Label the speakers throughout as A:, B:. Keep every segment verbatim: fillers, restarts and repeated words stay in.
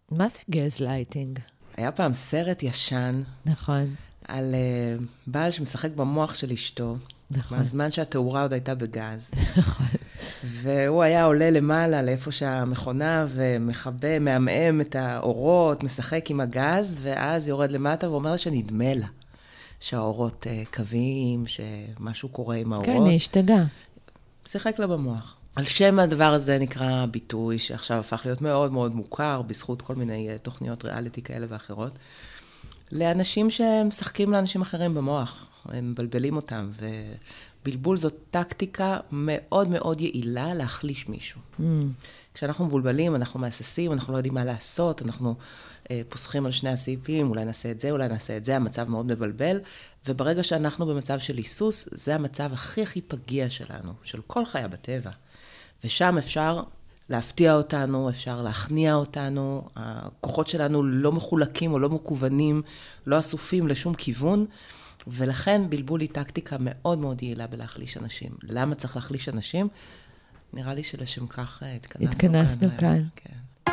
A: מה זה גז לייטינג?
B: היה פעם סרט ישן.
A: נכון.
B: על uh, בעל שמשחק במוח של אשתו.
A: נכון.
B: מהזמן שהתאורה עוד הייתה בגז.
A: נכון.
B: והוא היה עולה למעלה לאיפה שהמכונה ומחבא, מעמעם את האורות, משחק עם הגז, ואז יורד למטה ואומר לה שנדמה לה. שהאורות uh, קווים, שמשהו קורה עם האורות.
A: כן, היא השתגעה.
B: שיחק לה במוח. על שם הדבר הזה נקרא ביטוי, שעכשיו הפך להיות מאוד מאוד מוכר, בזכות כל מיני uh, תוכניות ריאליטי כאלה ואחרות, לאנשים שמשחקים לאנשים אחרים במוח. הם מבלבלים אותם, ובלבול זאת טקטיקה מאוד מאוד יעילה להחליש מישהו. Mm. כשאנחנו מבולבלים, אנחנו מאססים, אנחנו לא יודעים מה לעשות, אנחנו אה, פוסחים על שני הסעיפים, אולי נעשה את זה, אולי נעשה את זה, המצב מאוד מבלבל, וברגע שאנחנו במצב של היסוס, זה המצב הכי הכי פגיע שלנו, של כל חיה בטבע. ושם אפשר להפתיע אותנו, אפשר להכניע אותנו, הכוחות שלנו לא מחולקים או לא מקוונים, לא אסופים לשום כיוון, ולכן בלבול היא טקטיקה מאוד מאוד יעילה בלהחליש אנשים. למה צריך להחליש אנשים? נראה לי שלשם כך התכנסנו,
A: התכנסנו כאן. כאן.
B: כן.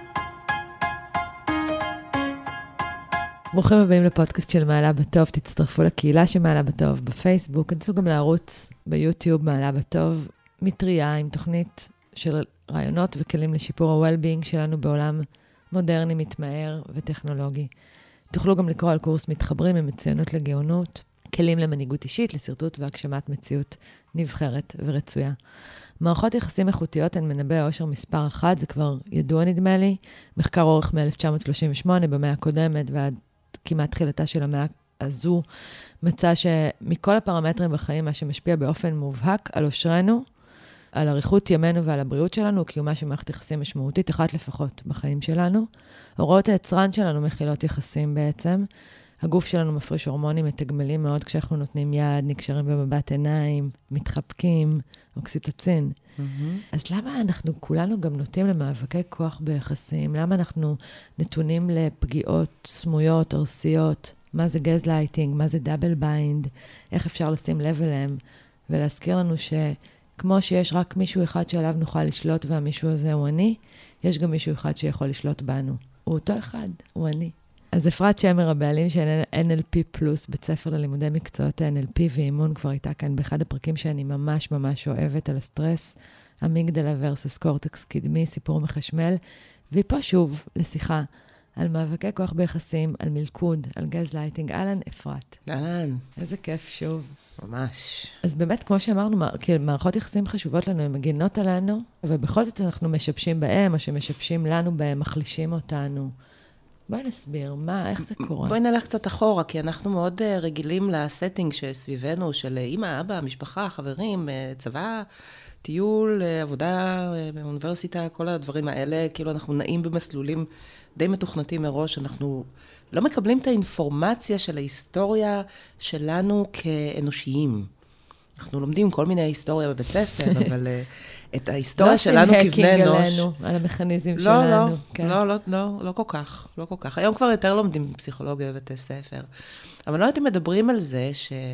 A: ברוכים הבאים לפודקאסט של מעלה בטוב, תצטרפו לקהילה של מעלה בטוב בפייסבוק, כנסו גם לערוץ ביוטיוב מעלה בטוב, מטריה עם תוכנית של רעיונות וכלים לשיפור ה-well-being שלנו בעולם מודרני, מתמהר וטכנולוגי. תוכלו גם לקרוא על קורס מתחברים עם מצוינות לגאונות, כלים למנהיגות אישית, לסרטוט והגשמת מציאות נבחרת ורצויה. מערכות יחסים איכותיות הן מנבא האושר מספר אחת, זה כבר ידוע נדמה לי, מחקר אורך מ-אלף תשע מאות שלושים ושמונה במאה הקודמת ועד כמעט תחילתה של המאה הזו, מצא שמכל הפרמטרים בחיים מה שמשפיע באופן מובהק על אושרנו, על אריכות ימינו ועל הבריאות שלנו, קיומה של מערכת יחסים משמעותית, אחת לפחות בחיים שלנו. הוראות היצרן שלנו מכילות יחסים בעצם. הגוף שלנו מפריש הורמונים מתגמלים מאוד כשאנחנו נותנים יד, נקשרים במבט עיניים, מתחבקים, אוקסיטוצין. Mm-hmm. אז למה אנחנו כולנו גם נוטים למאבקי כוח ביחסים? למה אנחנו נתונים לפגיעות סמויות, ארסיות? מה זה גז לייטינג? מה זה דאבל ביינד? איך אפשר לשים לב אליהם? ולהזכיר לנו ש... כמו שיש רק מישהו אחד שעליו נוכל לשלוט, והמישהו הזה הוא אני, יש גם מישהו אחד שיכול לשלוט בנו. הוא אותו אחד, הוא אני. אז אפרת שמר, הבעלים של אן אל פי פלוס, בית ספר ללימודי מקצועות אן אל פי ואימון, כבר הייתה כאן באחד הפרקים שאני ממש ממש אוהבת על הסטרס, אמיגדלה ורסס קורטקס קדמי, סיפור מחשמל, והיא פה שוב לשיחה על מאבקי כוח ביחסים, על מלכוד, על גז לייטינג. אהלן, אפרת.
B: אהלן.
A: איזה כיף שוב.
B: ממש.
A: אז באמת, כמו שאמרנו, כאילו, מערכות יחסים חשובות לנו, הן מגינות עלינו, ובכל זאת אנחנו משבשים בהם, או שמשבשים לנו בהם, מחלישים אותנו. בואי נסביר, מה, איך זה קורה?
B: בואי נלך קצת אחורה, כי אנחנו מאוד רגילים לסטינג שסביבנו, של אמא, אבא, משפחה, חברים, צבא, טיול, עבודה באוניברסיטה, כל הדברים האלה, כאילו אנחנו נעים במסלולים די מתוכנתים מראש, אנחנו לא מקבלים את האינפורמציה של ההיסטוריה שלנו כאנושיים. אנחנו לומדים כל מיני היסטוריה בבית ספר, אבל את ההיסטוריה שלנו כבני אנוש... לא עושים הקינג עלינו,
A: על המכניזם
B: לא,
A: שלנו.
B: לא, כן. לא, לא, לא, לא כל כך, לא כל כך. היום כבר יותר לומדים פסיכולוגיה בבתי ספר. אבל לא הייתם מדברים על זה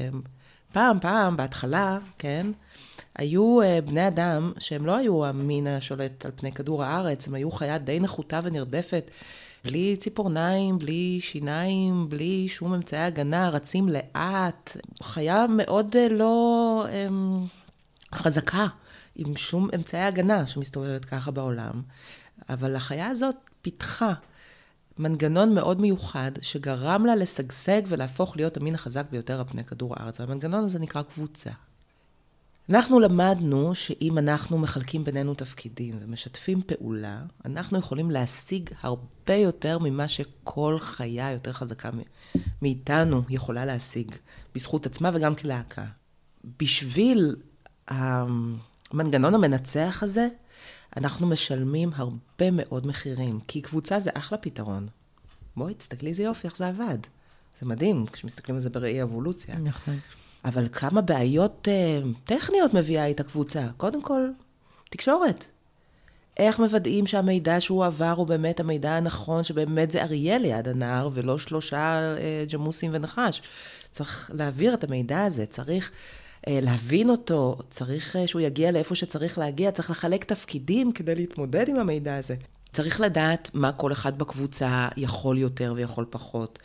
B: שפעם, פעם, בהתחלה, כן, היו בני אדם שהם לא היו המין השולט על פני כדור הארץ, הם היו חיה די נחותה ונרדפת, בלי ציפורניים, בלי שיניים, בלי שום אמצעי הגנה, רצים לאט, חיה מאוד לא הם, חזקה, עם שום אמצעי הגנה שמסתובבת ככה בעולם. אבל החיה הזאת פיתחה מנגנון מאוד מיוחד, שגרם לה לשגשג ולהפוך להיות המין החזק ביותר על פני כדור הארץ. והמנגנון הזה נקרא קבוצה. אנחנו למדנו שאם אנחנו מחלקים בינינו תפקידים ומשתפים פעולה, אנחנו יכולים להשיג הרבה יותר ממה שכל חיה יותר חזקה מאיתנו יכולה להשיג, בזכות עצמה וגם כלהקה. בשביל המנגנון המנצח הזה, אנחנו משלמים הרבה מאוד מחירים, כי קבוצה זה אחלה פתרון. בואי, תסתכלי איזה יופי, איך זה עבד. זה מדהים, כשמסתכלים על זה בראי אבולוציה.
A: נכון.
B: אבל כמה בעיות uh, טכניות מביאה את הקבוצה. קודם כל, תקשורת. איך מוודאים שהמידע שהוא עבר הוא באמת המידע הנכון, שבאמת זה אריה ליד הנער, ולא שלושה uh, ג'מוסים ונחש. צריך להעביר את המידע הזה, צריך uh, להבין אותו, צריך uh, שהוא יגיע לאיפה שצריך להגיע, צריך לחלק תפקידים כדי להתמודד עם המידע הזה. צריך לדעת מה כל אחד בקבוצה יכול יותר ויכול פחות.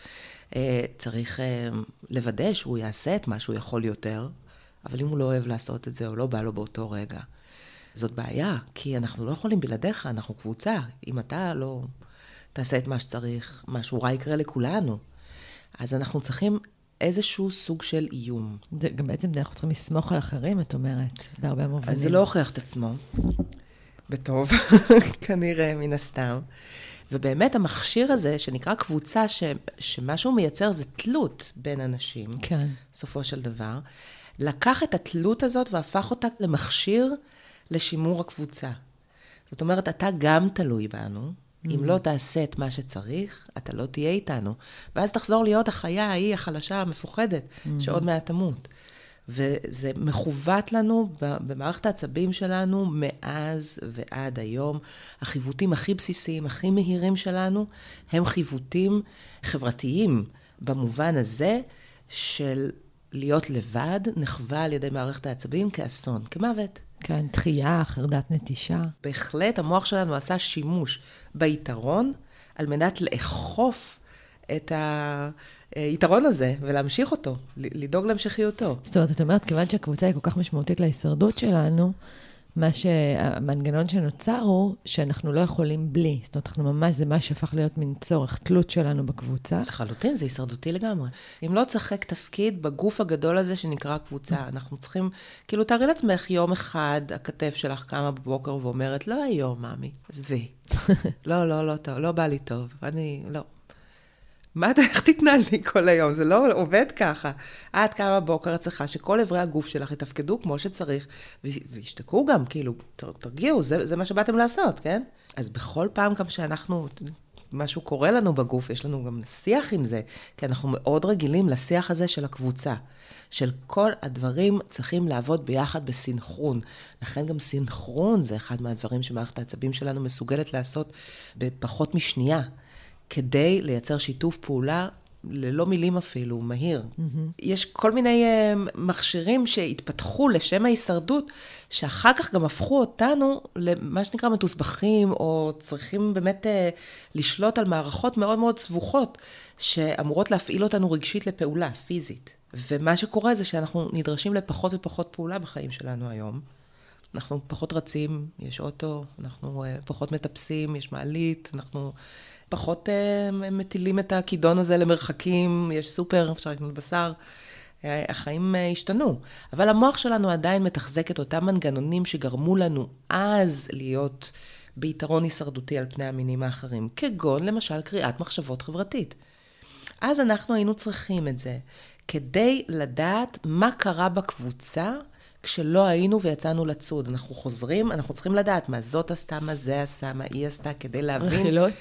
B: צריך לוודא שהוא יעשה את מה שהוא יכול יותר, אבל אם הוא לא אוהב לעשות את זה, או לא בא לו באותו רגע. זאת בעיה, כי אנחנו לא יכולים בלעדיך, אנחנו קבוצה. אם אתה לא תעשה את מה שצריך, משהו רע יקרה לכולנו. אז אנחנו צריכים איזשהו סוג של איום.
A: זה גם בעצם אנחנו צריכים לסמוך על אחרים, את אומרת, בהרבה מובנים.
B: אז זה לא הוכיח את עצמו, בטוב, כנראה מן הסתם. ובאמת המכשיר הזה, שנקרא קבוצה, ש, שמשהו מייצר זה תלות בין אנשים,
A: כן.
B: סופו של דבר, לקח את התלות הזאת והפך אותה למכשיר לשימור הקבוצה. זאת אומרת, אתה גם תלוי בנו, mm-hmm. אם לא תעשה את מה שצריך, אתה לא תהיה איתנו. ואז תחזור להיות החיה ההיא, החלשה, המפוחדת, mm-hmm. שעוד מעט תמות. וזה מכוות לנו במערכת העצבים שלנו מאז ועד היום. החיוותים הכי בסיסיים, הכי מהירים שלנו, הם חיוותים חברתיים, במובן הזה של להיות לבד, נחווה על ידי מערכת העצבים כאסון, כמוות.
A: כן, תחייה, חרדת נטישה.
B: בהחלט, המוח שלנו עשה שימוש ביתרון, על מנת לאכוף את היתרון הזה, ולהמשיך אותו, לדאוג להמשכיותו.
A: זאת אומרת, את אומרת, כיוון שהקבוצה היא כל כך משמעותית להישרדות שלנו, מה שהמנגנון שנוצר הוא שאנחנו לא יכולים בלי. זאת אומרת, אנחנו ממש, זה מה שהפך להיות מין צורך, תלות שלנו בקבוצה.
B: לחלוטין, זה הישרדותי לגמרי. אם לא צחק תפקיד בגוף הגדול הזה שנקרא קבוצה, אנחנו צריכים, כאילו, תארי לעצמך יום אחד, הכתף שלך קמה בבוקר ואומרת, לא היום, מאמי, עזבי. לא, לא, לא טוב, לא בא לי טוב. אני, לא. מה אתה, איך תתנהל לי כל היום? זה לא עובד ככה. עד כמה בוקר צריכה שכל עברי הגוף שלך יתפקדו כמו שצריך, וישתקעו גם, כאילו, תרגיעו, זה, זה מה שבאתם לעשות, כן? אז בכל פעם גם שאנחנו, משהו קורה לנו בגוף, יש לנו גם שיח עם זה, כי אנחנו מאוד רגילים לשיח הזה של הקבוצה, של כל הדברים צריכים לעבוד ביחד בסינכרון. לכן גם סינכרון זה אחד מהדברים שמערכת העצבים שלנו מסוגלת לעשות בפחות משנייה. כדי לייצר שיתוף פעולה, ללא מילים אפילו, מהיר. Mm-hmm. יש כל מיני uh, מכשירים שהתפתחו לשם ההישרדות, שאחר כך גם הפכו אותנו למה שנקרא מתוסבכים, או צריכים באמת uh, לשלוט על מערכות מאוד מאוד סבוכות, שאמורות להפעיל אותנו רגשית לפעולה, פיזית. ומה שקורה זה שאנחנו נדרשים לפחות ופחות פעולה בחיים שלנו היום. אנחנו פחות רצים, יש אוטו, אנחנו uh, פחות מטפסים, יש מעלית, אנחנו פחות uh, מטילים את הכידון הזה למרחקים, יש סופר, אפשר לקנות בשר, uh, החיים uh, השתנו. אבל המוח שלנו עדיין מתחזק את אותם מנגנונים שגרמו לנו אז להיות ביתרון הישרדותי על פני המינים האחרים, כגון למשל קריאת מחשבות חברתית. אז אנחנו היינו צריכים את זה, כדי לדעת מה קרה בקבוצה, כשלא היינו ויצאנו לצוד. אנחנו חוזרים, אנחנו צריכים לדעת מה זאת עשתה, מה זה עשה, מה היא עשתה, כדי להבין...
A: רכילות.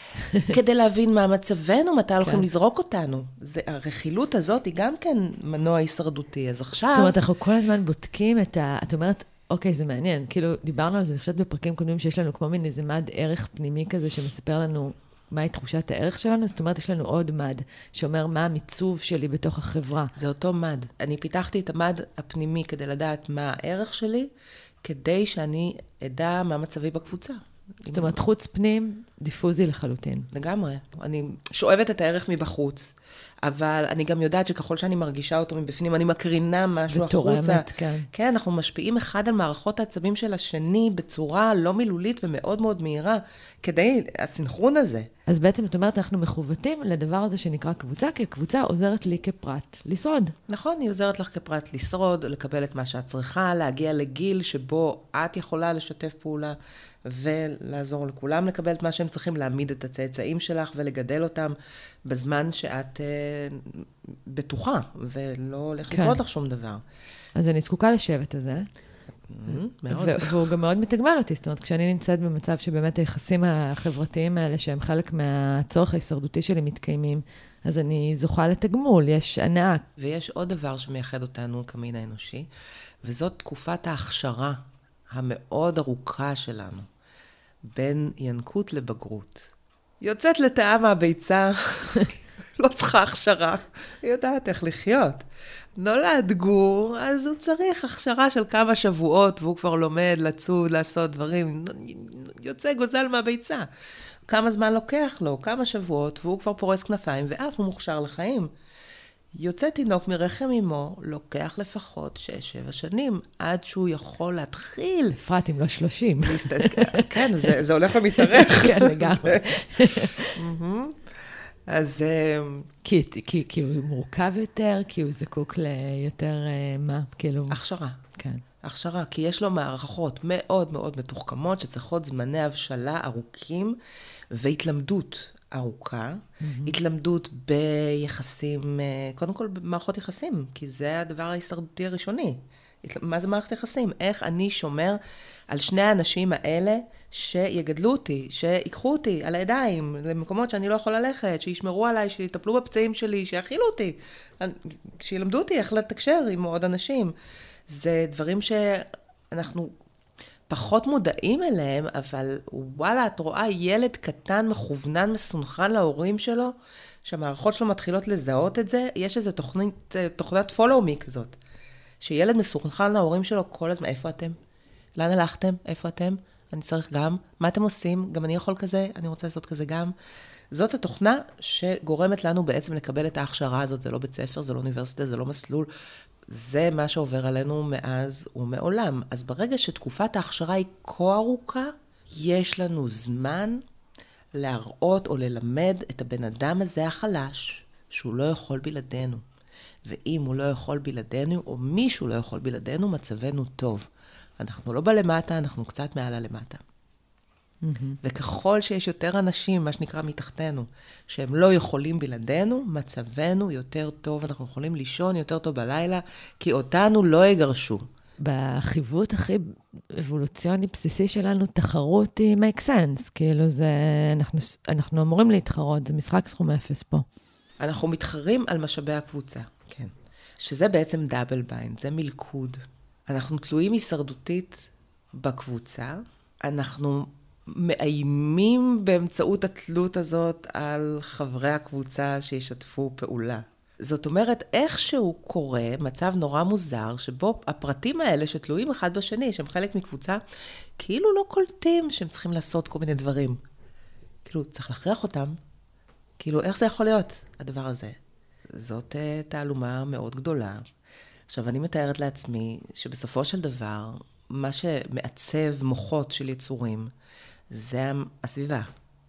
B: כדי להבין מה מצבנו, מתי הולכים לזרוק אותנו. זה, הרכילות הזאת היא גם כן מנוע הישרדותי. אז עכשיו...
A: זאת אומרת, אנחנו כל הזמן בודקים את ה... את אומרת, אוקיי, זה מעניין. כאילו, דיברנו על זה, חושבת בפרקים קודמים שיש לנו כמו מין איזה מד ערך פנימי כזה, שמספר לנו מהי תחושת הערך שלנו. זאת אומרת, יש לנו עוד מד שאומר מה המיצוב שלי בתוך החברה.
B: זה אותו מד. אני פיתחתי את המד הפנימי כדי לדעת מה הערך שלי, כדי שאני אדע מה מצבי בקבוצה.
A: זאת אומרת, חוץ פנים, דיפוזי לחלוטין.
B: לגמרי. אני שואבת את הערך מבחוץ, אבל אני גם יודעת שככל שאני מרגישה אותו מבפנים, אני מקרינה משהו החוצה.
A: ותורמת, כן.
B: כן, אנחנו משפיעים אחד על מערכות העצבים של השני בצורה לא מילולית ומאוד מאוד מהירה, כדי הסינכרון הזה.
A: אז בעצם את אומרת, אנחנו מחוותים לדבר הזה שנקרא קבוצה, כי הקבוצה עוזרת לי כפרט לשרוד.
B: נכון, היא עוזרת לך כפרט לשרוד, לקבל את מה שאת צריכה, להגיע לגיל שבו את יכולה לשתף פעולה, ולעזור לכולם לקבל את מה שהם צריכים, להעמיד את הצאצאים שלך ולגדל אותם בזמן שאת uh, בטוחה, ולא הולך
A: כן.
B: לקרות לך שום דבר.
A: אז אני זקוקה לשבט הזה.
B: Mm-hmm, מאוד.
A: ו- והוא גם מאוד מתגמל אותי, זאת אומרת, כשאני נמצאת במצב שבאמת היחסים החברתיים האלה, שהם חלק מהצורך ההישרדותי שלי מתקיימים, אז אני זוכה לתגמול, יש הנאה.
B: ויש עוד דבר שמייחד אותנו כמין האנושי, וזאת תקופת ההכשרה המאוד ארוכה שלנו, בין ינקות לבגרות. יוצאת לתאה מהביצה, לא צריכה הכשרה, היא יודעת איך לחיות. נולד גור, אז הוא צריך הכשרה של כמה שבועות, והוא כבר לומד לצוד, לעשות דברים, יוצא גוזל מהביצה. כמה זמן לוקח לו, כמה שבועות, והוא כבר פורס כנפיים, ואף הוא מוכשר לחיים. יוצא תינוק מרחם אמו, לוקח לפחות שש, שבע שנים, עד שהוא יכול להתחיל.
A: אפרת, אם לא שלושים.
B: כן, זה, זה הולך ומתארך.
A: כן, לגמרי.
B: אז...
A: כי, כי, כי הוא מורכב יותר, כי הוא זקוק ליותר, מה? כאילו...
B: הכשרה.
A: כן.
B: הכשרה, כי יש לו מערכות מאוד מאוד מתוחכמות, שצריכות זמני הבשלה ארוכים, והתלמדות ארוכה. Mm-hmm. התלמדות ביחסים, קודם כל במערכות יחסים, כי זה הדבר ההישרדותי הראשוני. מה זה מערכת יחסים? איך אני שומר על שני האנשים האלה שיגדלו אותי, שיקחו אותי על הידיים, למקומות שאני לא יכול ללכת, שישמרו עליי, שיטפלו בפצעים שלי, שיאכילו אותי, שילמדו אותי איך לתקשר עם עוד אנשים. זה דברים שאנחנו פחות מודעים אליהם, אבל וואלה, את רואה ילד קטן, מכוונן, מסונכרן להורים שלו, שהמערכות שלו מתחילות לזהות את זה, יש איזו תוכנית, תוכנת follow me כזאת. שילד מסונכרן להורים שלו כל הזמן, איפה אתם? לאן הלכתם? איפה אתם? אני צריך גם. מה אתם עושים? גם אני יכול כזה, אני רוצה לעשות כזה גם. זאת התוכנה שגורמת לנו בעצם לקבל את ההכשרה הזאת, זה לא בית ספר, זה לא אוניברסיטה, זה לא מסלול, זה מה שעובר עלינו מאז ומעולם. אז ברגע שתקופת ההכשרה היא כה ארוכה, יש לנו זמן להראות או ללמד את הבן אדם הזה החלש, שהוא לא יכול בלעדינו. ואם הוא לא יכול בלעדינו, או מישהו לא יכול בלעדינו, מצבנו טוב. אנחנו לא בלמטה, אנחנו קצת מעל הלמטה. Mm-hmm. וככל שיש יותר אנשים, מה שנקרא מתחתנו, שהם לא יכולים בלעדינו, מצבנו יותר טוב, אנחנו יכולים לישון יותר טוב בלילה, כי אותנו לא יגרשו.
A: בחיוות הכי אבולוציוני בסיסי שלנו, תחרות היא make sense, כאילו זה, אנחנו, אנחנו אמורים להתחרות, זה משחק סכום אפס פה.
B: אנחנו מתחרים על משאבי הקבוצה, כן. שזה בעצם דאבל ביינד, זה מלכוד. אנחנו תלויים הישרדותית בקבוצה, אנחנו מאיימים באמצעות התלות הזאת על חברי הקבוצה שישתפו פעולה. זאת אומרת, איכשהו קורה מצב נורא מוזר, שבו הפרטים האלה שתלויים אחד בשני, שהם חלק מקבוצה, כאילו לא קולטים שהם צריכים לעשות כל מיני דברים. כאילו, צריך להכריח אותם. כאילו, איך זה יכול להיות, הדבר הזה? זאת uh, תעלומה מאוד גדולה. עכשיו, אני מתארת לעצמי שבסופו של דבר, מה שמעצב מוחות של יצורים, זה הסביבה.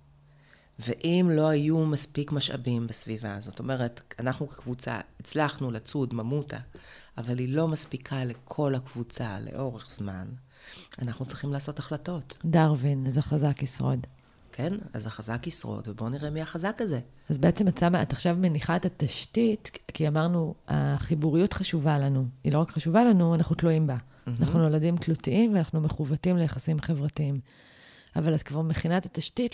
B: ואם לא היו מספיק משאבים בסביבה, זאת אומרת, אנחנו כקבוצה הצלחנו לצוד ממותה, אבל היא לא מספיקה לכל הקבוצה לאורך זמן, אנחנו צריכים לעשות החלטות.
A: דרווין, אז החזק ישרוד.
B: כן, אז החזק ישרוד, ובואו נראה מי החזק הזה.
A: אז בעצם את, שמה, את עכשיו מניחה את התשתית, כי אמרנו, החיבוריות חשובה לנו. היא לא רק חשובה לנו, אנחנו תלויים בה. Mm-hmm. אנחנו נולדים תלותיים, ואנחנו מחוותים ליחסים חברתיים. אבל את כבר מכינה את התשתית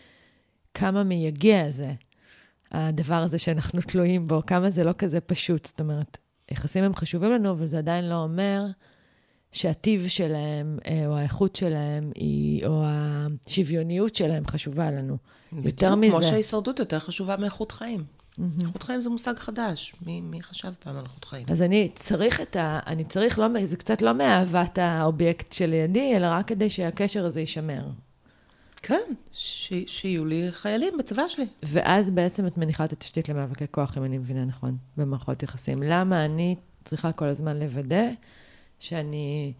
A: לכמה מייגע זה, הדבר הזה שאנחנו תלויים בו, כמה זה לא כזה פשוט. זאת אומרת, יחסים הם חשובים לנו, אבל זה עדיין לא אומר שהטיב שלהם, או האיכות שלהם, או השוויוניות שלהם חשובה לנו. יותר מזה.
B: כמו שההישרדות יותר חשובה מאיכות חיים. איכות חיים זה מושג חדש. מי, מי חשב פעם על איכות חיים?
A: אז אני צריך את ה... אני צריך לא... זה קצת לא מאהבת האובייקט שלידי, אלא רק כדי שהקשר הזה יישמר.
B: כן, ש... שיהיו לי חיילים בצבא שלי.
A: ואז בעצם את מניחה את התשתית למאבקי כוח, אם אני מבינה נכון, במערכות יחסים. למה אני צריכה כל הזמן לוודא שאני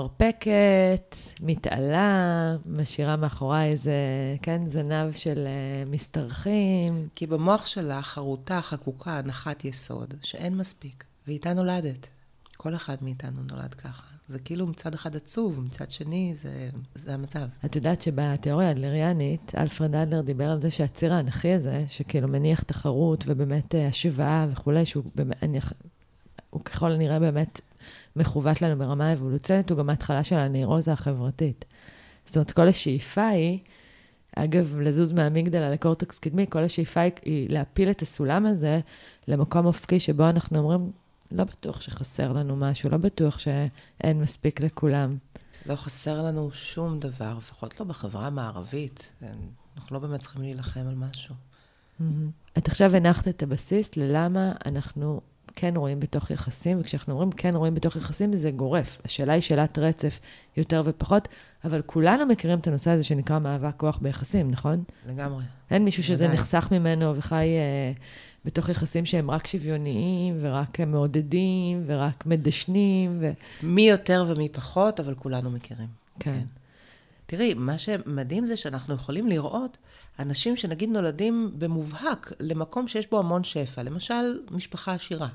A: ממרפקת, מתעלה, משאירה מאחוריי איזה, כן, זנב של uh, מסתרכים.
B: כי במוח שלה חרוטה, חקוקה, הנחת יסוד, שאין מספיק. ואיתה נולדת. כל אחד מאיתנו נולד ככה. זה כאילו מצד אחד עצוב, מצד שני זה, זה המצב.
A: את יודעת שבתיאוריה האדלריאנית, אלפרד אדלר דיבר על זה שהציר האנכי הזה, שכאילו מניח תחרות ובאמת השוואה וכולי, שהוא באמת, אני, הוא ככל הנראה באמת מכוות לנו ברמה אבולוציונית, הוא גם ההתחלה של הנאירוזה החברתית. זאת אומרת, כל השאיפה היא, אגב, לזוז מהאמיגדלה לקורטקס קדמי, כל השאיפה היא להפיל את הסולם הזה למקום אופקי שבו אנחנו אומרים, לא בטוח שחסר לנו משהו, לא בטוח שאין מספיק לכולם.
B: לא חסר לנו שום דבר, לפחות לא בחברה המערבית. אנחנו לא באמת צריכים להילחם על משהו.
A: את עכשיו הנחת את הבסיס ללמה אנחנו כן רואים בתוך יחסים, וכשאנחנו אומרים כן רואים בתוך יחסים, זה גורף. השאלה היא שאלת רצף יותר ופחות, אבל כולנו מכירים את הנושא הזה שנקרא מאבק כוח ביחסים, נכון?
B: לגמרי.
A: אין מישהו שזה
B: עדיין.
A: נחסך ממנו וחי אה, בתוך יחסים שהם רק שוויוניים, ורק מעודדים, ורק מדשנים. ו...
B: מי יותר ומי פחות, אבל כולנו מכירים.
A: כן. כן.
B: תראי, מה שמדהים זה שאנחנו יכולים לראות אנשים שנגיד נולדים במובהק למקום שיש בו המון שפע, למשל משפחה עשירה.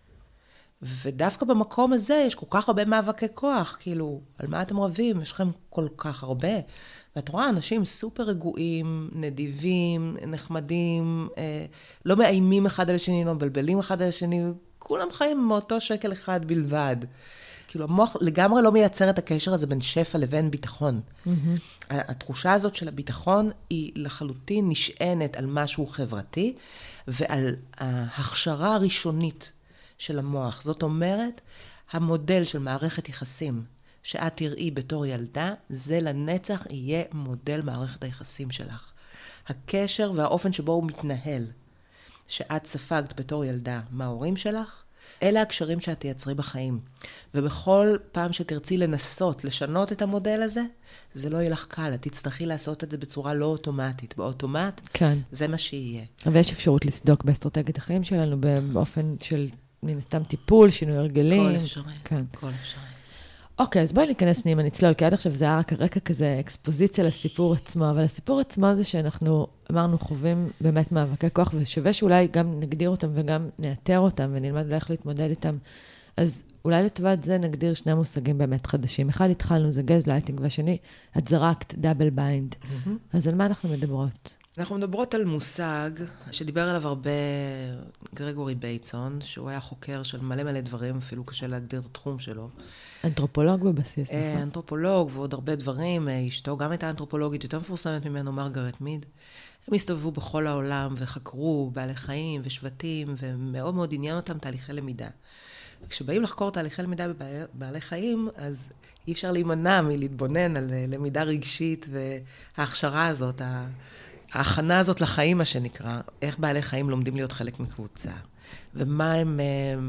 B: ודווקא במקום הזה יש כל כך הרבה מאבקי כוח, כאילו, על מה אתם רבים? יש לכם כל כך הרבה. ואת רואה אנשים סופר רגועים, נדיבים, נחמדים, אה, לא מאיימים אחד על השני, לא מבלבלים אחד על השני, כולם חיים מאותו שקל אחד בלבד. כאילו, המוח לגמרי לא מייצר את הקשר הזה בין שפע לבין ביטחון. Mm-hmm. התחושה הזאת של הביטחון היא לחלוטין נשענת על משהו חברתי, ועל ההכשרה הראשונית של המוח. זאת אומרת, המודל של מערכת יחסים שאת תראי בתור ילדה, זה לנצח יהיה מודל מערכת היחסים שלך. הקשר והאופן שבו הוא מתנהל, שאת ספגת בתור ילדה מההורים שלך, אלה הקשרים שאת תייצרי בחיים. ובכל פעם שתרצי לנסות לשנות את המודל הזה, זה לא יהיה לך קל. את תצטרכי לעשות את זה בצורה לא אוטומטית. באוטומט,
A: כן.
B: זה מה שיהיה.
A: אבל יש אפשרות לסדוק באסטרטגיית החיים שלנו, באופן של מן הסתם טיפול, שינוי הרגלים.
B: כל אפשרי.
A: כן.
B: כל אפשרי.
A: אוקיי, אז בואי ניכנס פנימה, נצלול, כי עד עכשיו זה היה רק הרקע כזה, אקספוזיציה לסיפור עצמו, אבל הסיפור עצמו זה שאנחנו, אמרנו, חווים באמת מאבקי כוח, ושווה שאולי גם נגדיר אותם וגם נאתר אותם, ונלמד אולי איך להתמודד איתם. אז אולי לטובת זה נגדיר שני מושגים באמת חדשים. אחד התחלנו, זה גזלייטינג, והשני, את זרקת דאבל ביינד. Mm-hmm. אז על מה אנחנו מדברות?
B: אנחנו מדברות על מושג שדיבר עליו הרבה גרגורי בייטסון, שהוא היה חוקר של מלא מלא דברים, אפילו קשה להגדיר את התחום שלו.
A: אנתרופולוג בבסיס, נכון?
B: אנתרופולוג ועוד הרבה דברים. אשתו גם הייתה אנתרופולוגית, יותר מפורסמת ממנו, מרגרט מיד. הם הסתובבו בכל העולם וחקרו בעלי חיים ושבטים, ומאוד מאוד עניין אותם תהליכי למידה. וכשבאים לחקור תהליכי למידה בבעלי חיים, אז אי אפשר להימנע מלהתבונן על למידה רגשית, וההכשרה הזאת, ההכנה הזאת לחיים, מה שנקרא, איך בעלי חיים לומדים להיות חלק מקבוצה, ומה הם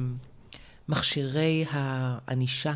B: מכשירי הענישה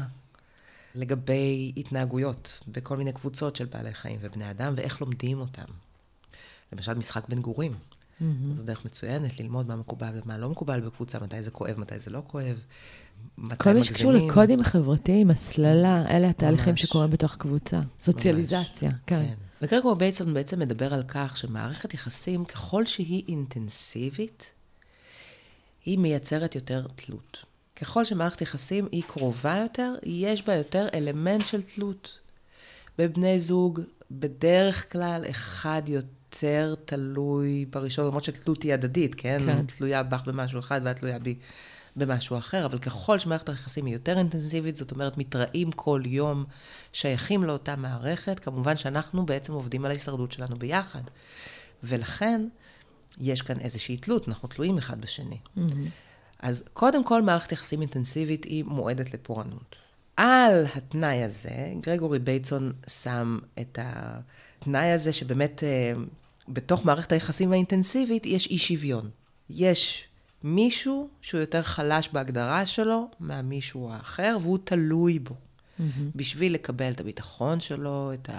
B: לגבי התנהגויות בכל מיני קבוצות של בעלי חיים ובני אדם, ואיך לומדים אותם. למשל, משחק בין גורים. Mm-hmm. זו דרך מצוינת ללמוד מה מקובל ומה לא מקובל בקבוצה, מתי זה כואב, מתי זה לא כואב, מתי
A: כל מי שקשור לקודים החברתיים, הסללה, אלה התהליכים ממש. שקורים בתוך קבוצה. סוציאליזציה, ממש. כן. כן.
B: וגרגורי בייטסון בעצם מדבר על כך שמערכת יחסים, ככל שהיא אינטנסיבית, היא מייצרת יותר תלות. ככל שמערכת יחסים היא קרובה יותר, יש בה יותר אלמנט של תלות. בבני זוג, בדרך כלל, אחד יותר תלוי בראשון, למרות שתלות היא הדדית, כן? כן. תלויה בך במשהו אחד, ואת תלויה בי במשהו אחר, אבל ככל שמערכת היחסים היא יותר אינטנסיבית, זאת אומרת, מתראים כל יום, שייכים לאותה מערכת, כמובן שאנחנו בעצם עובדים על ההישרדות שלנו ביחד. ולכן, יש כאן איזושהי תלות, אנחנו תלויים אחד בשני. Mm-hmm. אז קודם כל, מערכת יחסים אינטנסיבית היא מועדת לפורענות. על התנאי הזה, גרגורי בייטסון שם את התנאי הזה שבאמת בתוך מערכת היחסים האינטנסיבית יש אי שוויון. יש מישהו שהוא יותר חלש בהגדרה שלו מהמישהו האחר, והוא תלוי בו. Mm-hmm. בשביל לקבל את הביטחון שלו, את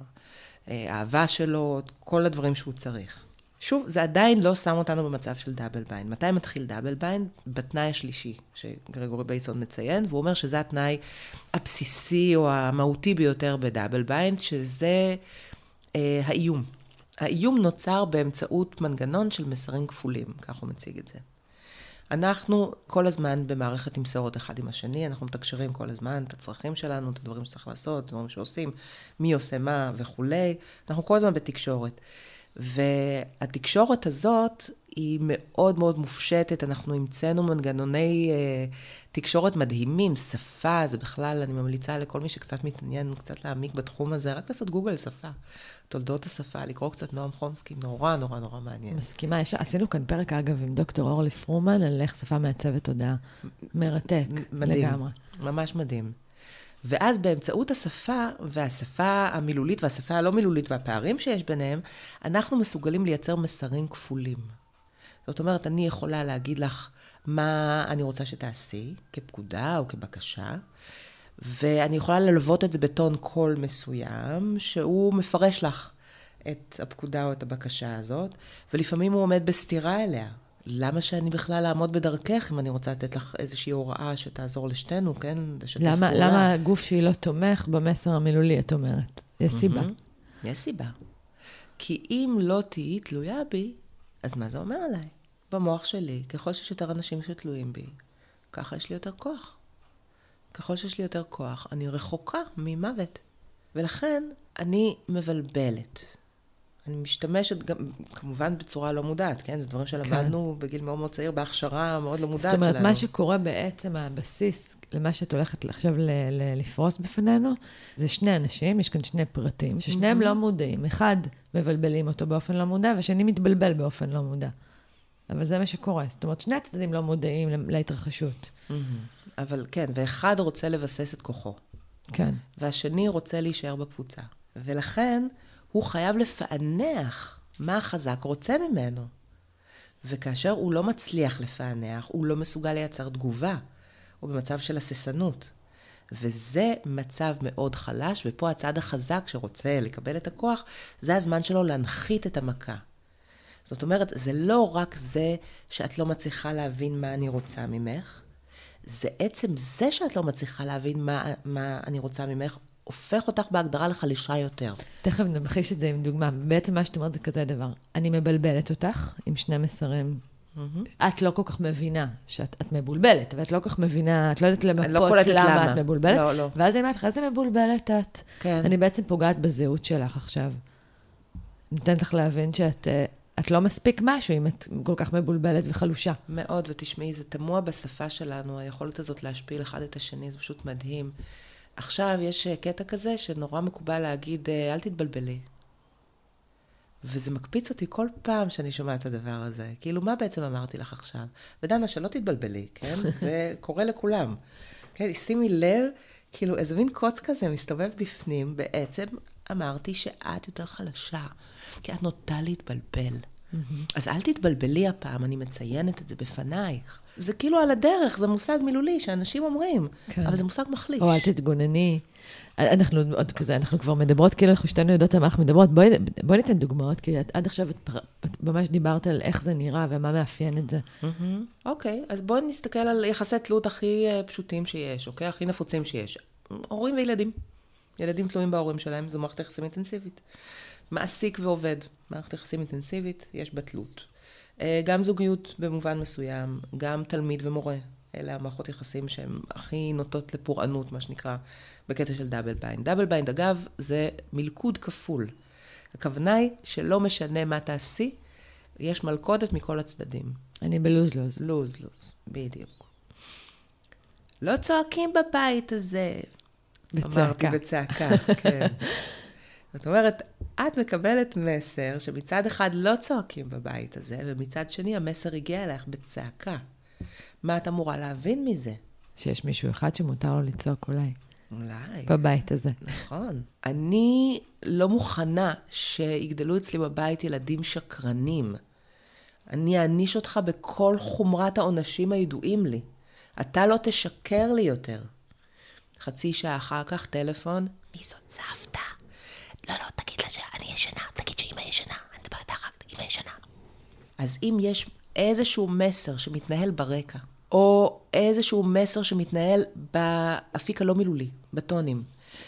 B: האהבה שלו, את כל הדברים שהוא צריך. שוב, זה עדיין לא שם אותנו במצב של דאבל ביינד. מתי מתחיל דאבל ביינד? בתנאי השלישי, שגרגורי בייטסון מציין, והוא אומר שזה התנאי הבסיסי או המהותי ביותר בדאבל ביינד, שזה אה, האיום. האיום נוצר באמצעות מנגנון של מסרים כפולים, כך הוא מציג את זה. אנחנו כל הזמן במערכת תמסורת אחד עם השני, אנחנו מתקשרים כל הזמן את הצרכים שלנו, את הדברים שצריך לעשות, את הדברים שעושים, מי עושה מה וכולי. אנחנו כל הזמן בתקשורת. והתקשורת הזאת היא מאוד מאוד מופשטת, אנחנו המצאנו מנגנוני אה, תקשורת מדהימים, שפה, זה בכלל, אני ממליצה לכל מי שקצת מתעניין, קצת להעמיק בתחום הזה, רק לעשות גוגל שפה, תולדות השפה, לקרוא קצת נועם חומסקי, נורא נורא נורא מעניין.
A: מסכימה, יש, עשינו כאן פרק אגב עם דוקטור אורלי פרומן, על איך שפה מעצבת תודעה, מרתק
B: מדהים,
A: לגמרי.
B: ממש מדהים. ואז באמצעות השפה, והשפה המילולית והשפה הלא מילולית והפערים שיש ביניהם, אנחנו מסוגלים לייצר מסרים כפולים. זאת אומרת, אני יכולה להגיד לך מה אני רוצה שתעשי, כפקודה או כבקשה, ואני יכולה ללוות את זה בטון קול מסוים, שהוא מפרש לך את הפקודה או את הבקשה הזאת, ולפעמים הוא עומד בסתירה אליה. למה שאני בכלל לעמוד בדרכך, אם אני רוצה לתת לך איזושהי הוראה שתעזור לשתינו, כן?
A: למה, למה הגוף שהיא לא תומך במסר המילולי, את אומרת? יש סיבה.
B: יש סיבה. כי אם לא תהיי תלויה בי, אז מה זה אומר עליי? במוח שלי, ככל שיש יותר אנשים שתלויים בי, ככה יש לי יותר כוח. ככל שיש לי יותר כוח, אני רחוקה ממוות. ולכן אני מבלבלת. אני משתמשת גם, כמובן בצורה לא מודעת, כן? זה דברים שלמדנו כן. בגיל מאוד מאוד צעיר, בהכשרה מאוד לא מודעת שלנו.
A: זאת אומרת, שלנו. מה שקורה בעצם, הבסיס למה שאת הולכת עכשיו ל- ל- לפרוס בפנינו, זה שני אנשים, יש כאן שני פרטים, ששניהם mm-hmm. לא מודעים. אחד מבלבלים אותו באופן לא מודע, והשני מתבלבל באופן לא מודע. אבל זה מה שקורה. זאת אומרת, שני הצדדים לא מודעים להתרחשות.
B: Mm-hmm. אבל כן, ואחד רוצה לבסס את כוחו.
A: כן.
B: והשני רוצה להישאר בקבוצה. ולכן הוא חייב לפענח מה החזק רוצה ממנו. וכאשר הוא לא מצליח לפענח, הוא לא מסוגל לייצר תגובה. הוא במצב של הססנות. וזה מצב מאוד חלש, ופה הצד החזק שרוצה לקבל את הכוח, זה הזמן שלו להנחית את המכה. זאת אומרת, זה לא רק זה שאת לא מצליחה להבין מה אני רוצה ממך, זה עצם זה שאת לא מצליחה להבין מה, מה אני רוצה ממך, הופך אותך בהגדרה לחלישה יותר.
A: תכף נמחיש את זה עם דוגמה. בעצם מה שאת אומרת זה כזה דבר. אני מבלבלת אותך עם שני מסרים. Mm-hmm. את לא כל כך מבינה שאת את מבולבלת, ואת לא כל כך מבינה, את לא יודעת למפות
B: לא
A: למה,
B: למה
A: את מבולבלת.
B: לא, לא.
A: ואז אני אומרת לך, איזה מבולבלת את?
B: כן.
A: אני בעצם פוגעת בזהות שלך עכשיו. נותנת לך להבין שאת את לא מספיק משהו אם את כל כך מבולבלת וחלושה.
B: מאוד, ותשמעי, זה תמוה בשפה שלנו, היכולת הזאת להשפיל אחד את השני, זה פשוט מדהים. עכשיו יש קטע כזה שנורא מקובל להגיד, אל תתבלבלי. וזה מקפיץ אותי כל פעם שאני שומעת את הדבר הזה. כאילו, מה בעצם אמרתי לך עכשיו? ודנה, שלא תתבלבלי, כן? זה קורה לכולם. כן, שימי לב, כאילו, איזה מין קוץ כזה מסתובב בפנים, בעצם אמרתי שאת יותר חלשה, כי את נוטה להתבלבל. אז אל תתבלבלי הפעם, אני מציינת את זה בפנייך. זה כאילו על הדרך, זה מושג מילולי שאנשים אומרים, כן. אבל זה מושג מחליש.
A: או אל תתגונני. אנחנו עוד כזה, אנחנו כבר מדברות, כאילו אנחנו שתינו יודעות על מה אנחנו מדברות. בואי, בואי ניתן דוגמאות, כי עד עכשיו את, את ממש דיברת על איך זה נראה ומה מאפיין את זה.
B: אוקיי, אז בואי נסתכל על יחסי תלות הכי פשוטים שיש, אוקיי? הכי נפוצים שיש. הורים וילדים. ילדים תלויים בהורים שלהם, זו מערכת יחסים אינטנסיבית. מעסיק ועובד, מערכת יחסים אינטנסיבית, יש בתלות. גם זוגיות במובן מסוים, גם תלמיד ומורה. אלה המערכות יחסים שהן הכי נוטות לפורענות, מה שנקרא, בקטע של דאבל ביינד. דאבל ביינד, אגב, זה מלכוד כפול. הכוונה היא שלא משנה מה תעשי, יש מלכודת מכל הצדדים.
A: אני בלוז-לוז.
B: לוז-לוז, בדיוק. לא צועקים בבית הזה.
A: בצעקה.
B: אמרתי בצעקה, כן. זאת אומרת, את מקבלת מסר שמצד אחד לא צועקים בבית הזה, ומצד שני המסר הגיע אליך בצעקה. מה את אמורה להבין מזה?
A: שיש מישהו אחד שמותר לו לצעוק אולי.
B: אולי.
A: בבית הזה.
B: נכון. אני לא מוכנה שיגדלו אצלי בבית ילדים שקרנים. אני אעניש אותך בכל חומרת העונשים הידועים לי. אתה לא תשקר לי יותר. חצי שעה אחר כך טלפון, מי זאת סבתא? לא, לא, תגיד לה שאני ישנה, תגיד שאמא ישנה, אני מדברת אחר כך, אמא ישנה. אז אם יש איזשהו מסר שמתנהל ברקע, או איזשהו מסר שמתנהל באפיק הלא מילולי, בטונים,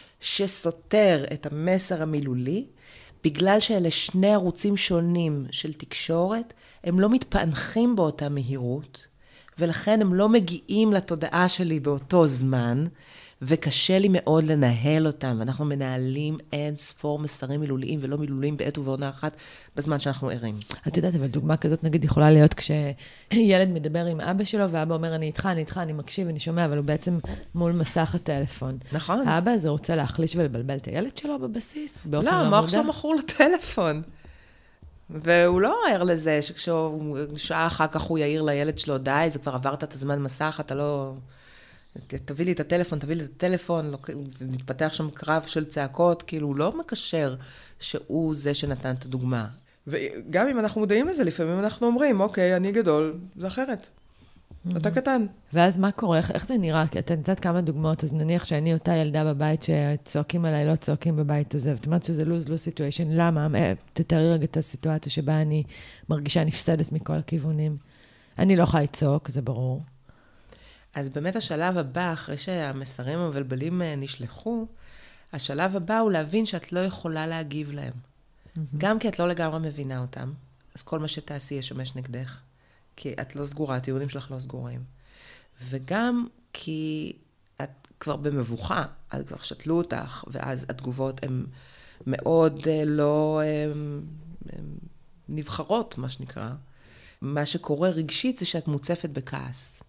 B: שסותר את המסר המילולי, בגלל שאלה שני ערוצים שונים של תקשורת, הם לא מתפענחים באותה מהירות, ולכן הם לא מגיעים לתודעה שלי באותו זמן, וקשה לי מאוד לנהל אותם, ואנחנו מנהלים אין ספור מסרים מילוליים ולא מילוליים בעת ובעונה אחת בזמן שאנחנו ערים.
A: את יודעת, אבל דוגמה כזאת נגיד יכולה להיות כשילד מדבר עם אבא שלו, ואבא אומר, אני איתך, אני איתך, אני מקשיב, אני שומע, אבל הוא בעצם מול מסך הטלפון.
B: נכון.
A: האבא הזה רוצה להחליש ולבלבל את הילד שלו בבסיס, באופן
B: לא, המוח שלו מכור לטלפון. והוא לא ער לזה שכשהוא שעה אחר כך הוא יעיר לילד שלו, די, זה כבר עברת את הזמן מסך, אתה לא... תביא לי את הטלפון, תביא לי את הטלפון, ומתפתח שם קרב של צעקות, כאילו הוא לא מקשר שהוא זה שנתן את הדוגמה. וגם אם אנחנו מודעים לזה, לפעמים אנחנו אומרים, אוקיי, אני גדול, זה אחרת. אתה קטן.
A: ואז מה קורה? איך, איך זה נראה? כי אתה נתת כמה דוגמאות, אז נניח שאני אותה ילדה בבית שצועקים עליי, לא צועקים בבית הזה, ואת אומרת שזה lose-lose situation, למה? תתארי רגע את הסיטואציה שבה אני מרגישה נפסדת מכל הכיוונים. אני לא יכולה לצעוק, זה ברור.
B: אז באמת השלב הבא, אחרי שהמסרים המבלבלים נשלחו, השלב הבא הוא להבין שאת לא יכולה להגיב להם. Mm-hmm. גם כי את לא לגמרי מבינה אותם, אז כל מה שתעשי ישמש נגדך. כי את לא סגורה, הטיעונים שלך לא סגורים. וגם כי את כבר במבוכה, את כבר שתלו אותך, ואז התגובות הן מאוד לא הן, הן נבחרות, מה שנקרא. מה שקורה רגשית זה שאת מוצפת בכעס.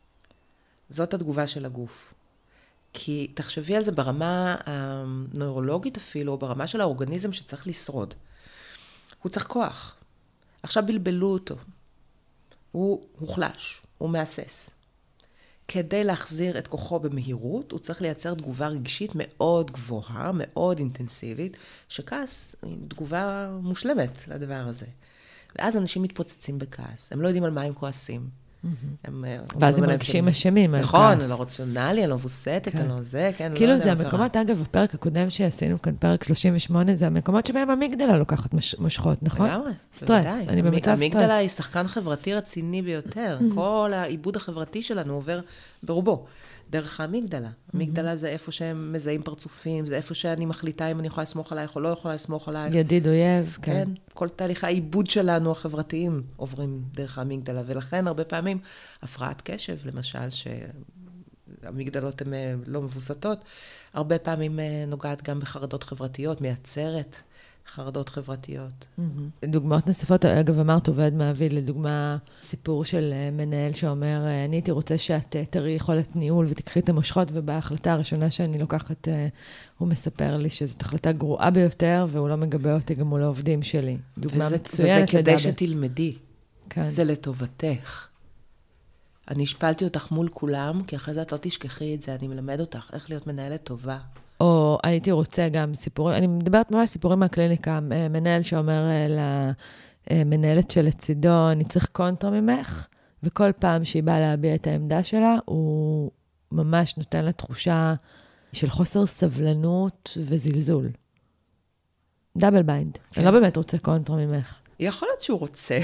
B: זאת התגובה של הגוף. כי תחשבי על זה ברמה הנוירולוגית אפילו, או ברמה של האורגניזם שצריך לשרוד. הוא צריך כוח. עכשיו בלבלו אותו. הוא הוחלש, הוא מאסס. כדי להחזיר את כוחו במהירות, הוא צריך לייצר תגובה רגשית מאוד גבוהה, מאוד אינטנסיבית, שכעס היא תגובה מושלמת לדבר הזה. ואז אנשים מתפוצצים בכעס, הם לא יודעים על מה הם כועסים.
A: ואז הם מרגישים אשמים על כעס.
B: נכון, אני לא רציונלי, אני לא מבוסתת, אני לא זה, כן, לא יודע מה קרה.
A: כאילו זה המקומות, אגב, בפרק הקודם שעשינו כאן, פרק שלושים ושמונה, זה המקומות שבהם המגדלה לוקחת מושכות, נכון?
B: לגמרי.
A: סטרס, אני במצב סטרס.
B: המגדלה היא שחקן חברתי רציני ביותר. כל העיבוד החברתי שלנו עובר ברובו. דרך המגדלה. המגדלה זה איפה שהם מזהים פרצופים, זה איפה שאני מחליטה אם אני יכולה לסמוך עלייך או לא יכולה לסמוך עלייך.
A: ידיד אויב, כן.
B: כן. כל תהליכי העיבוד שלנו החברתיים עוברים דרך המגדלה, ולכן הרבה פעמים הפרעת קשב, למשל, שהמגדלות הן לא מבוסתות, הרבה פעמים נוגעת גם בחרדות חברתיות, מייצרת חרדות חברתיות.
A: דוגמאות נוספות, אגב, אמרת עובד מעביד, לדוגמה, סיפור של מנהל שאומר, אני הייתי רוצה שאת תראי יכולת ניהול ותקחי את המושכות, ובהחלטה הראשונה שאני לוקחת, הוא מספר לי שזאת החלטה גרועה ביותר, והוא לא מגבה אותי גם מול העובדים שלי. דוגמה מצוינת.
B: וזה כדי שתלמדי. זה לטובתך. אני השפלתי אותך מול כולם, כי אחרי זה את לא תשכחי את זה, אני מלמד אותך איך להיות מנהלת טובה.
A: או הייתי רוצה גם סיפורים, אני מדברת ממש סיפורים מהקליניקה, מנהל שאומר למנהלת שלצידו, אני צריך קונטרה ממך, וכל פעם שהיא באה להביע את העמדה שלה, הוא ממש נותן לה תחושה של חוסר סבלנות וזלזול. דאבל ביינד. אני לא באמת רוצה קונטרה ממך.
B: יכול להיות שהוא רוצה,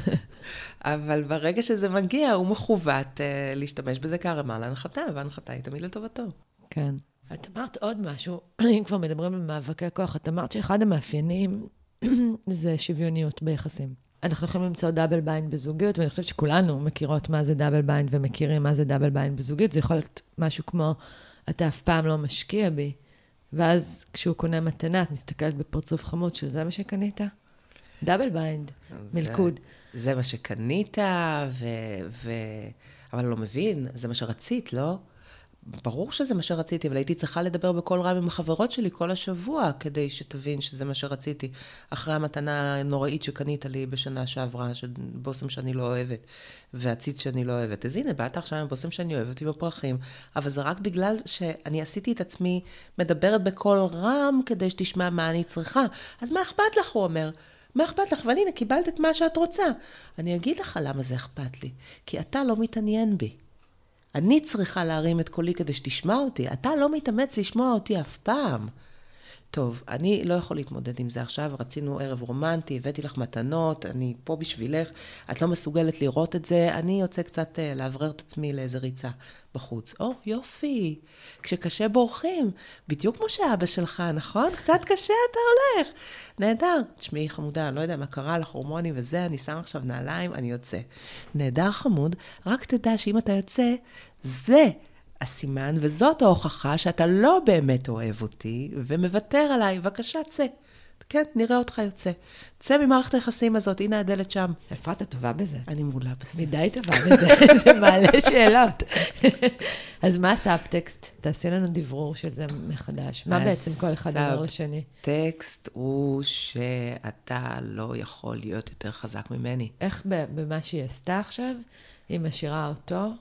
B: אבל ברגע שזה מגיע, הוא מכוות להשתמש בזה כהרמה להנחתה, וההנחתה היא תמיד לטובתו.
A: כן. את אמרת עוד משהו, אם כבר מדברים על מאבקי כוח, את אמרת שאחד המאפיינים זה שוויוניות ביחסים. אנחנו יכולים למצוא דאבל ביינד בזוגיות, ואני חושבת שכולנו מכירות מה זה דאבל ביינד ומכירים מה זה דאבל ביינד בזוגיות. זה יכול להיות משהו כמו, אתה אף פעם לא משקיע בי, ואז כשהוא קונה מתנה, את מסתכלת בפרצוף חמוד, שזה מה שקנית? דאבל ביינד, מלכוד.
B: זה מה שקנית, ו... ו... אבל לא מבין, זה מה שרצית, לא? ברור שזה מה שרציתי, אבל הייתי צריכה לדבר בכל רם עם החברות שלי כל השבוע, כדי שתבין שזה מה שרציתי. אחרי המתנה הנוראית שקנית לי בשנה שעברה, של בוסם שאני לא אוהבת, והציץ שאני לא אוהבת. אז הנה, באת עכשיו עם בוסם שאני אוהבת, עם הפרחים, אבל זה רק בגלל שאני עשיתי את עצמי מדברת בכל רם, כדי שתשמע מה אני צריכה. אז מה אכפת לך, הוא אומר? מה אכפת לך? אבל הנה, קיבלת את מה שאת רוצה. אני אגיד לך למה זה אכפת לי, כי אתה לא מתעניין בי. אני צריכה להרים את קולי כדי שתשמע אותי. אתה לא מתאמץ לשמוע אותי אף פעם. טוב, אני לא יכול להתמודד עם זה עכשיו. רצינו ערב רומנטי, הבאתי לך מתנות, אני פה בשבילך. את לא מסוגלת לראות את זה. אני יוצא קצת להברר את עצמי לאיזה ריצה בחוץ. או, יופי. כשקשה בורחים. בדיוק כמו שאבא שלך, נכון? קצת קשה אתה הולך. נהדר. תשמעי חמודה, אני לא יודע מה קרה לך, הורמונים וזה, אני שם עכשיו נעליים, אני יוצא. נהדר חמוד, רק תדע שאם אתה יוצא, זה הסימן, וזאת ההוכחה שאתה לא באמת אוהב אותי, ומוותר עליי, בבקשה, צא. כן, נראה אותך יוצא. צא ממערכת היחסים הזאת, הנה הדלת שם.
A: איפה אתה טובה בזה?
B: אני מעולה בזה.
A: מדי טובה בזה, זה מעלה שאלות. אז מה הסאבטקסט? תעשי לנו דברור של זה מחדש. מה בעצם כל אחד אומר לשני?
B: הסאבטקסט הוא שאתה לא יכול להיות יותר חזק ממני.
A: איך במה שהיא עשתה עכשיו, היא משאירה אותו,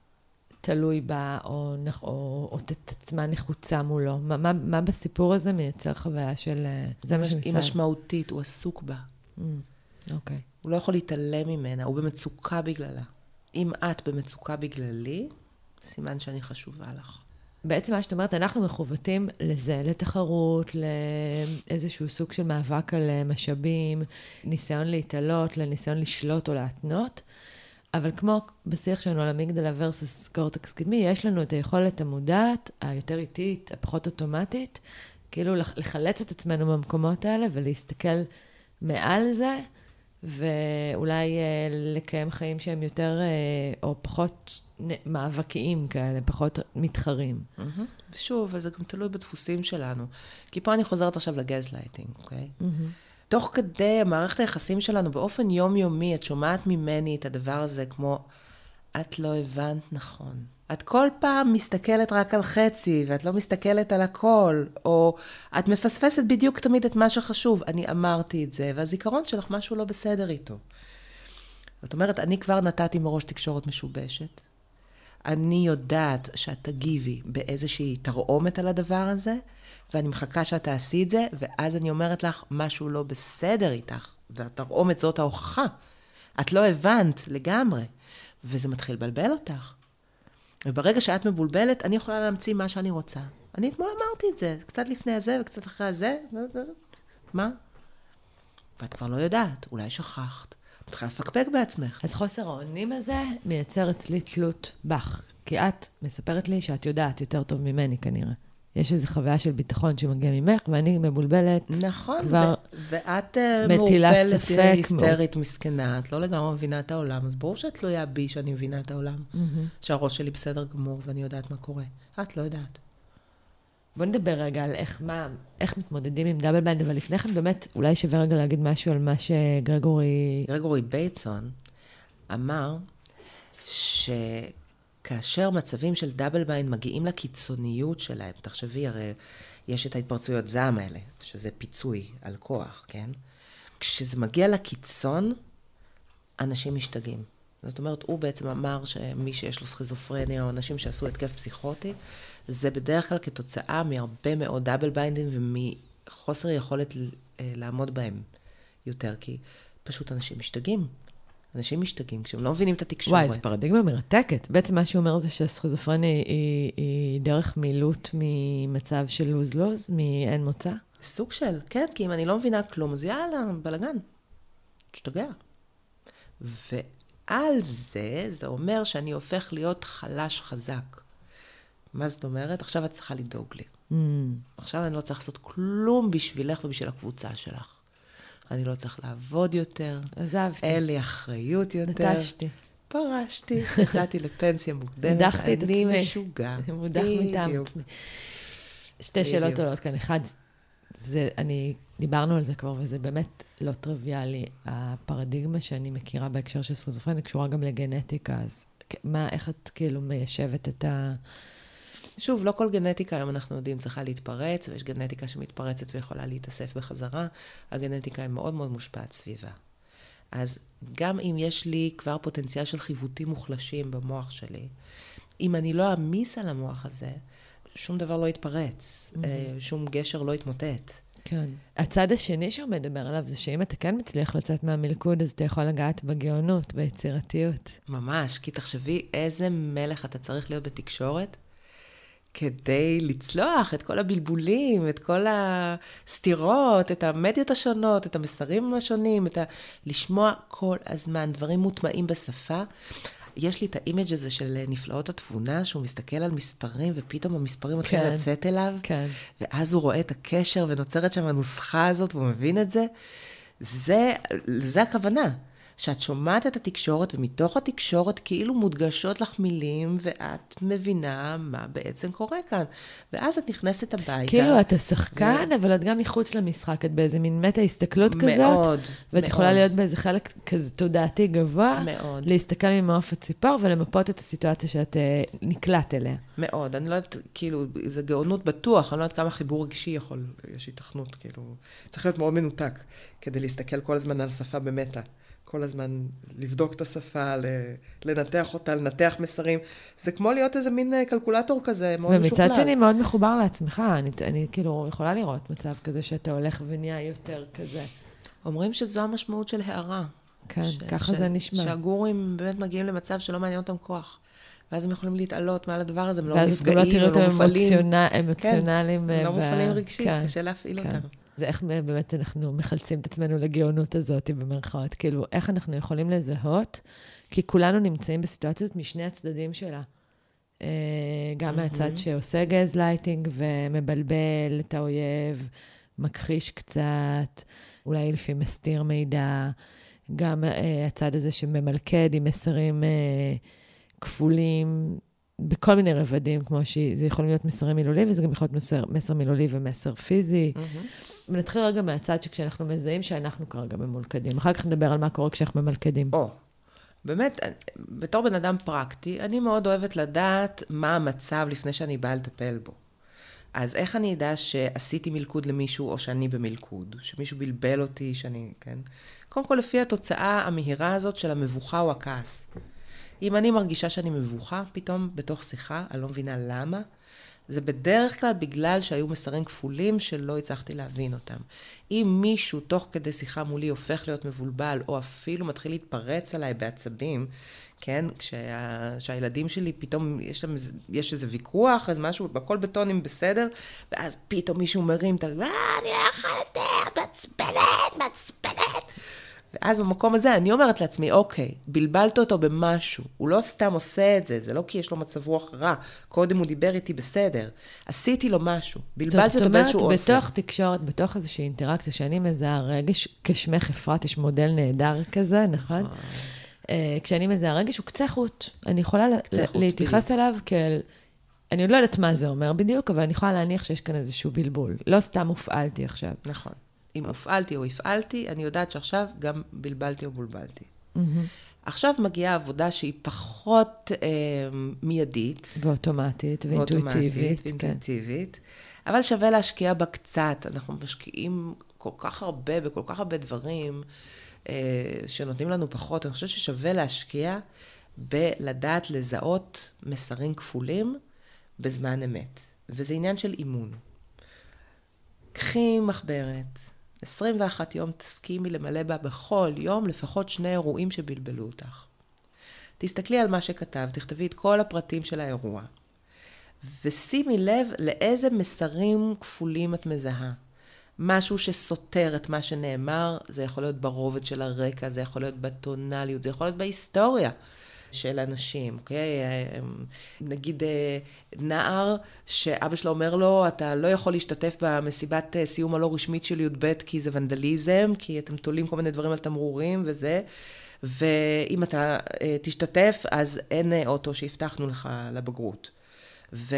A: תלוי בה, או, או, או את עצמה נחוצה מולו. מה, מה, מה בסיפור הזה מייצר חוויה של... זה מה
B: היא משמעותית, הוא עסוק בה.
A: אוקיי.
B: הוא לא יכול להתעלם ממנה, הוא במצוקה בגללה. אם את במצוקה בגללי, סימן שאני חשובה לך.
A: בעצם מה שאת אומרת, אנחנו מחוותים לזה, לתחרות, לאיזשהו סוג של מאבק על משאבים, ניסיון להתעלות, לניסיון לשלוט או להתנות, אבל כמו בשיח שלנו על המגדלה ורסוס קורטקס קדמי, יש לנו את היכולת המודעת, היותר איטית, הפחות אוטומטית, כאילו לחלץ את עצמנו במקומות האלה ולהסתכל מעל זה, ואולי לקיים חיים שהם יותר או פחות מאבקיים כאלה, פחות מתחרים.
B: ושוב, זה גם תלוי בדפוסים שלנו. כי פה אני חוזרת עכשיו לגזלייטינג, אוקיי? תוך כדי מערכת היחסים שלנו, באופן יומיומי, את שומעת ממני את הדבר הזה כמו, את לא הבנת נכון. את כל פעם מסתכלת רק על חצי, ואת לא מסתכלת על הכל, או את מפספסת בדיוק תמיד את מה שחשוב. אני אמרתי את זה, והזיכרון שלך משהו לא בסדר איתו. זאת אומרת, אני כבר נתתי מראש תקשורת משובשת. אני יודעת שאת תגיבי באיזושהי תרעומת על הדבר הזה, ואני מחכה שאת תעשי את זה, ואז אני אומרת לך, משהו לא בסדר איתך, והתרעומת זאת ההוכחה. את לא הבנת לגמרי, וזה מתחיל לבלבל אותך. וברגע שאת מבולבלת, אני יכולה להמציא מה שאני רוצה. אני אתמול אמרתי את זה, קצת לפני הזה וקצת אחרי הזה. מה? ואת כבר לא יודעת, אולי שכחת. את צריכה לפקפק בעצמך.
A: אז חוסר האונים הזה מייצר אצלי תלות בך. כי את מספרת לי שאת יודעת יותר טוב ממני כנראה. יש איזו חוויה של ביטחון שמגיע ממך, ואני מבולבלת.
B: נכון,
A: כבר
B: ואת
A: מטילת
B: מעורבלת
A: ספק,
B: היסטרית מסכנה, את לא לגמרי מבינה את העולם, אז ברור שאת תלויה בי שאני מבינה את העולם, שהראש שלי בסדר גמור ואני יודעת מה קורה. את לא יודעת.
A: בוא נדבר רגע על איך, מה, איך מתמודדים עם דאבל ביינד, אבל לפני כן באמת אולי שווה רגע להגיד משהו על מה שגרגורי...
B: גרגורי בייטסון אמר ש... כאשר מצבים של דאבל ביינד מגיעים לקיצוניות שלהם, תחשבי, הרי יש את ההתפרצויות זעם האלה, שזה פיצוי על כוח, כן? כשזה מגיע לקיצון, אנשים משתגעים. זאת אומרת, הוא בעצם אמר שמי שיש לו סכיזופרניה, או אנשים שעשו התקף פסיכוטי, זה בדרך כלל כתוצאה מהרבה מאוד דאבל ביינדים, ומחוסר יכולת לעמוד בהם יותר, כי פשוט אנשים משתגעים. אנשים משתגעים, כשהם לא מבינים את התקשורת.
A: וואי, זו פרדיגמה מרתקת. בעצם מה שהוא אומר זה שהסכיזופרניה היא, היא דרך מילוט ממצב של לוז-לוז, מאין מוצא.
B: סוג של, כן, כי אם אני לא מבינה כלום, אז יאללה, בלגן. תשתגע. ועל זה, זה אומר שאני הופך להיות חלש חזק. מה זאת אומרת? עכשיו את צריכה לדאוג לי. Mm. עכשיו אני לא צריך לעשות כלום בשבילך ובשביל הקבוצה שלך. אני לא צריך לעבוד יותר.
A: עזבתי.
B: אין לי אחריות יותר.
A: נטשתי.
B: פרשתי. יצאתי לפנסיה מוקדמת.
A: מודחתי את עצמי.
B: אני משוגע.
A: מודח מטעם עצמי. שתי שאלות עולות כאן. אחד, זה, אני, דיברנו על זה כבר, וזה באמת לא טריוויאלי. הפרדיגמה שאני מכירה בהקשר של סכיזופרניה קשורה גם לגנטיקה, אז מה, איך את כאילו מיישבת את ה...
B: שוב, לא כל גנטיקה היום אנחנו יודעים צריכה להתפרץ, ויש גנטיקה שמתפרצת ויכולה להתאסף בחזרה. הגנטיקה היא מאוד מאוד מושפעת סביבה. אז גם אם יש לי כבר פוטנציאל של חיווטים מוחלשים במוח שלי, אם אני לא אמיס על המוח הזה, שום דבר לא יתפרץ, mm-hmm. שום גשר לא יתמוטט.
A: כן. הצד השני שהוא מדבר עליו זה שאם אתה כן מצליח לצאת מהמלכוד, אז אתה יכול לגעת בגאונות, ביצירתיות.
B: ממש, כי תחשבי איזה מלך אתה צריך להיות בתקשורת, כדי לצלוח את כל הבלבולים, את כל הסתירות, את המדיות השונות, את המסרים השונים, את ה... לשמוע כל הזמן דברים מוטמעים בשפה. יש לי את האימג' הזה של נפלאות התבונה, שהוא מסתכל על מספרים, ופתאום המספרים מתחילים כן, לצאת אליו,
A: כן.
B: ואז הוא רואה את הקשר, ונוצרת שם הנוסחה הזאת, והוא מבין את זה. זה, זה הכוונה. שאת שומעת את התקשורת, ומתוך התקשורת כאילו מודגשות לך מילים, ואת מבינה מה בעצם קורה כאן. ואז את נכנסת הביתה.
A: כאילו אתה שחקן, ו... אבל את גם מחוץ למשחק, את באיזה מין מטה הסתכלות כזאת.
B: מאוד,
A: ואת
B: מאוד.
A: יכולה להיות באיזה חלק כזה תודעתי גבוה.
B: מאוד.
A: להסתכל ממעוף הציפור, ולמפות את הסיטואציה שאת uh, נקלט אליה.
B: מאוד. אני לא יודעת, כאילו, זה גאונות בטוח, אני לא יודעת כמה חיבור רגשי יכול, יש התכנות, כאילו, צריך להיות מאוד מנותק, כדי להסתכל כל הזמן על שפה במטה. כל הזמן לבדוק את השפה, לנתח אותה, לנתח מסרים. זה כמו להיות איזה מין קלקולטור כזה, מאוד משוכלל.
A: ומצד שני מאוד מחובר לעצמך. אני, אני כאילו יכולה לראות מצב כזה שאתה הולך ונהיה יותר כזה.
B: אומרים שזו המשמעות של הערה.
A: כן, ש- ככה ש- זה נשמע.
B: שהגורים באמת מגיעים למצב שלא מעניין אותם כוח. ואז הם יכולים להתעלות מעל הדבר הזה, הם לא
A: נפגעים,
B: נפגעים,
A: הם לא
B: מופעלים.
A: אמוציונליים.
B: כן, הם לא מופעלים רגשית, כן, קשה להפעיל
A: כן.
B: אותם.
A: זה איך באמת אנחנו מחלצים את עצמנו לגאונות הזאת במרכאות. כאילו, איך אנחנו יכולים לזהות, כי כולנו נמצאים בסיטואציות משני הצדדים שלה. גם מהצד שעושה גזלייטינג ומבלבל את האויב, מכחיש קצת, אולי לפעמים מסתיר מידע, גם הצד הזה שממלכד עם מסרים כפולים, בכל מיני רבדים, כמו שזה יכול להיות מסרים מילולי, וזה גם יכול להיות מסר, מסר מילולי ומסר פיזי. Mm-hmm. ונתחיל רגע מהצד שכשאנחנו מזהים שאנחנו כרגע ממולכדים. אחר כך נדבר על מה קורה כשאנחנו ממלכדים.
B: או, באמת, בתור בן אדם פרקטי, אני מאוד אוהבת לדעת מה המצב לפני שאני באה לטפל בו. אז איך אני אדע שעשיתי מלכוד למישהו, או שאני במלכוד, שמישהו בלבל אותי, שאני, כן? קודם כל, לפי התוצאה המהירה הזאת של המבוכה או הכעס. אם אני מרגישה שאני מבוכה, פתאום בתוך שיחה, אני לא מבינה למה, זה בדרך כלל בגלל שהיו מסרים כפולים שלא הצלחתי להבין אותם. אם מישהו תוך כדי שיחה מולי הופך להיות מבולבל, או אפילו מתחיל להתפרץ עליי בעצבים, כן, כשה, שהילדים שלי פתאום יש, להם, יש איזה ויכוח, אז משהו, בכל בטונים בסדר, ואז פתאום מישהו מרים, אתה, אה, אני לא יכולה יותר, מצפנת, מצפנת. ואז במקום הזה אני אומרת לעצמי, אוקיי, בלבלת אותו במשהו, הוא לא סתם עושה את זה, זה לא כי יש לו מצב רוח רע, קודם הוא דיבר איתי בסדר, עשיתי לו משהו, בלבלתי אותו באיזשהו אופן.
A: זאת אומרת, בתוך תקשורת, בתוך איזושהי אינטראקציה, שאני מזהה רגש, כשמך אפרת, יש מודל נהדר כזה, נכון? כשאני מזהה רגש, הוא קצה חוט. אני יכולה להתייחס אליו כאל, אני עוד לא יודעת מה זה אומר בדיוק, אבל אני יכולה להניח שיש כאן איזשהו בלבול. לא סתם הופעלתי עכשיו.
B: נכון. אם הופעלתי או הפעלתי, אני יודעת שעכשיו גם בלבלתי או בולבלתי. Mm-hmm. עכשיו מגיעה עבודה שהיא פחות אה, מיידית.
A: ואוטומטית, ואינטואיטיבית.
B: ואוטומטית, ואינטואיטיבית. כן. אבל שווה להשקיע בה קצת. אנחנו משקיעים כל כך הרבה, בכל כך הרבה דברים, אה, שנותנים לנו פחות. אני חושבת ששווה להשקיע בלדעת לזהות מסרים כפולים בזמן אמת. וזה עניין של אימון. קחי מחברת. עשרים ואחד יום תסכימי למלא בה בכל יום לפחות שני אירועים שבלבלו אותך. תסתכלי על מה שכתב, תכתבי את כל הפרטים של האירוע. ושימי לב לאיזה מסרים כפולים את מזהה. משהו שסותר את מה שנאמר, זה יכול להיות ברובד של הרקע, זה יכול להיות בטונליות, זה יכול להיות בהיסטוריה של אנשים, אוקיי? נגיד נער שאבא שלו אומר לו, אתה לא יכול להשתתף במסיבת סיום הלא רשמית של י"ב כי זה ונדליזם, כי אתם תולים כל מיני דברים על תמרורים וזה, ואם אתה תשתתף, אז אין אוטו שהבטחנו לך לבגרות. ו...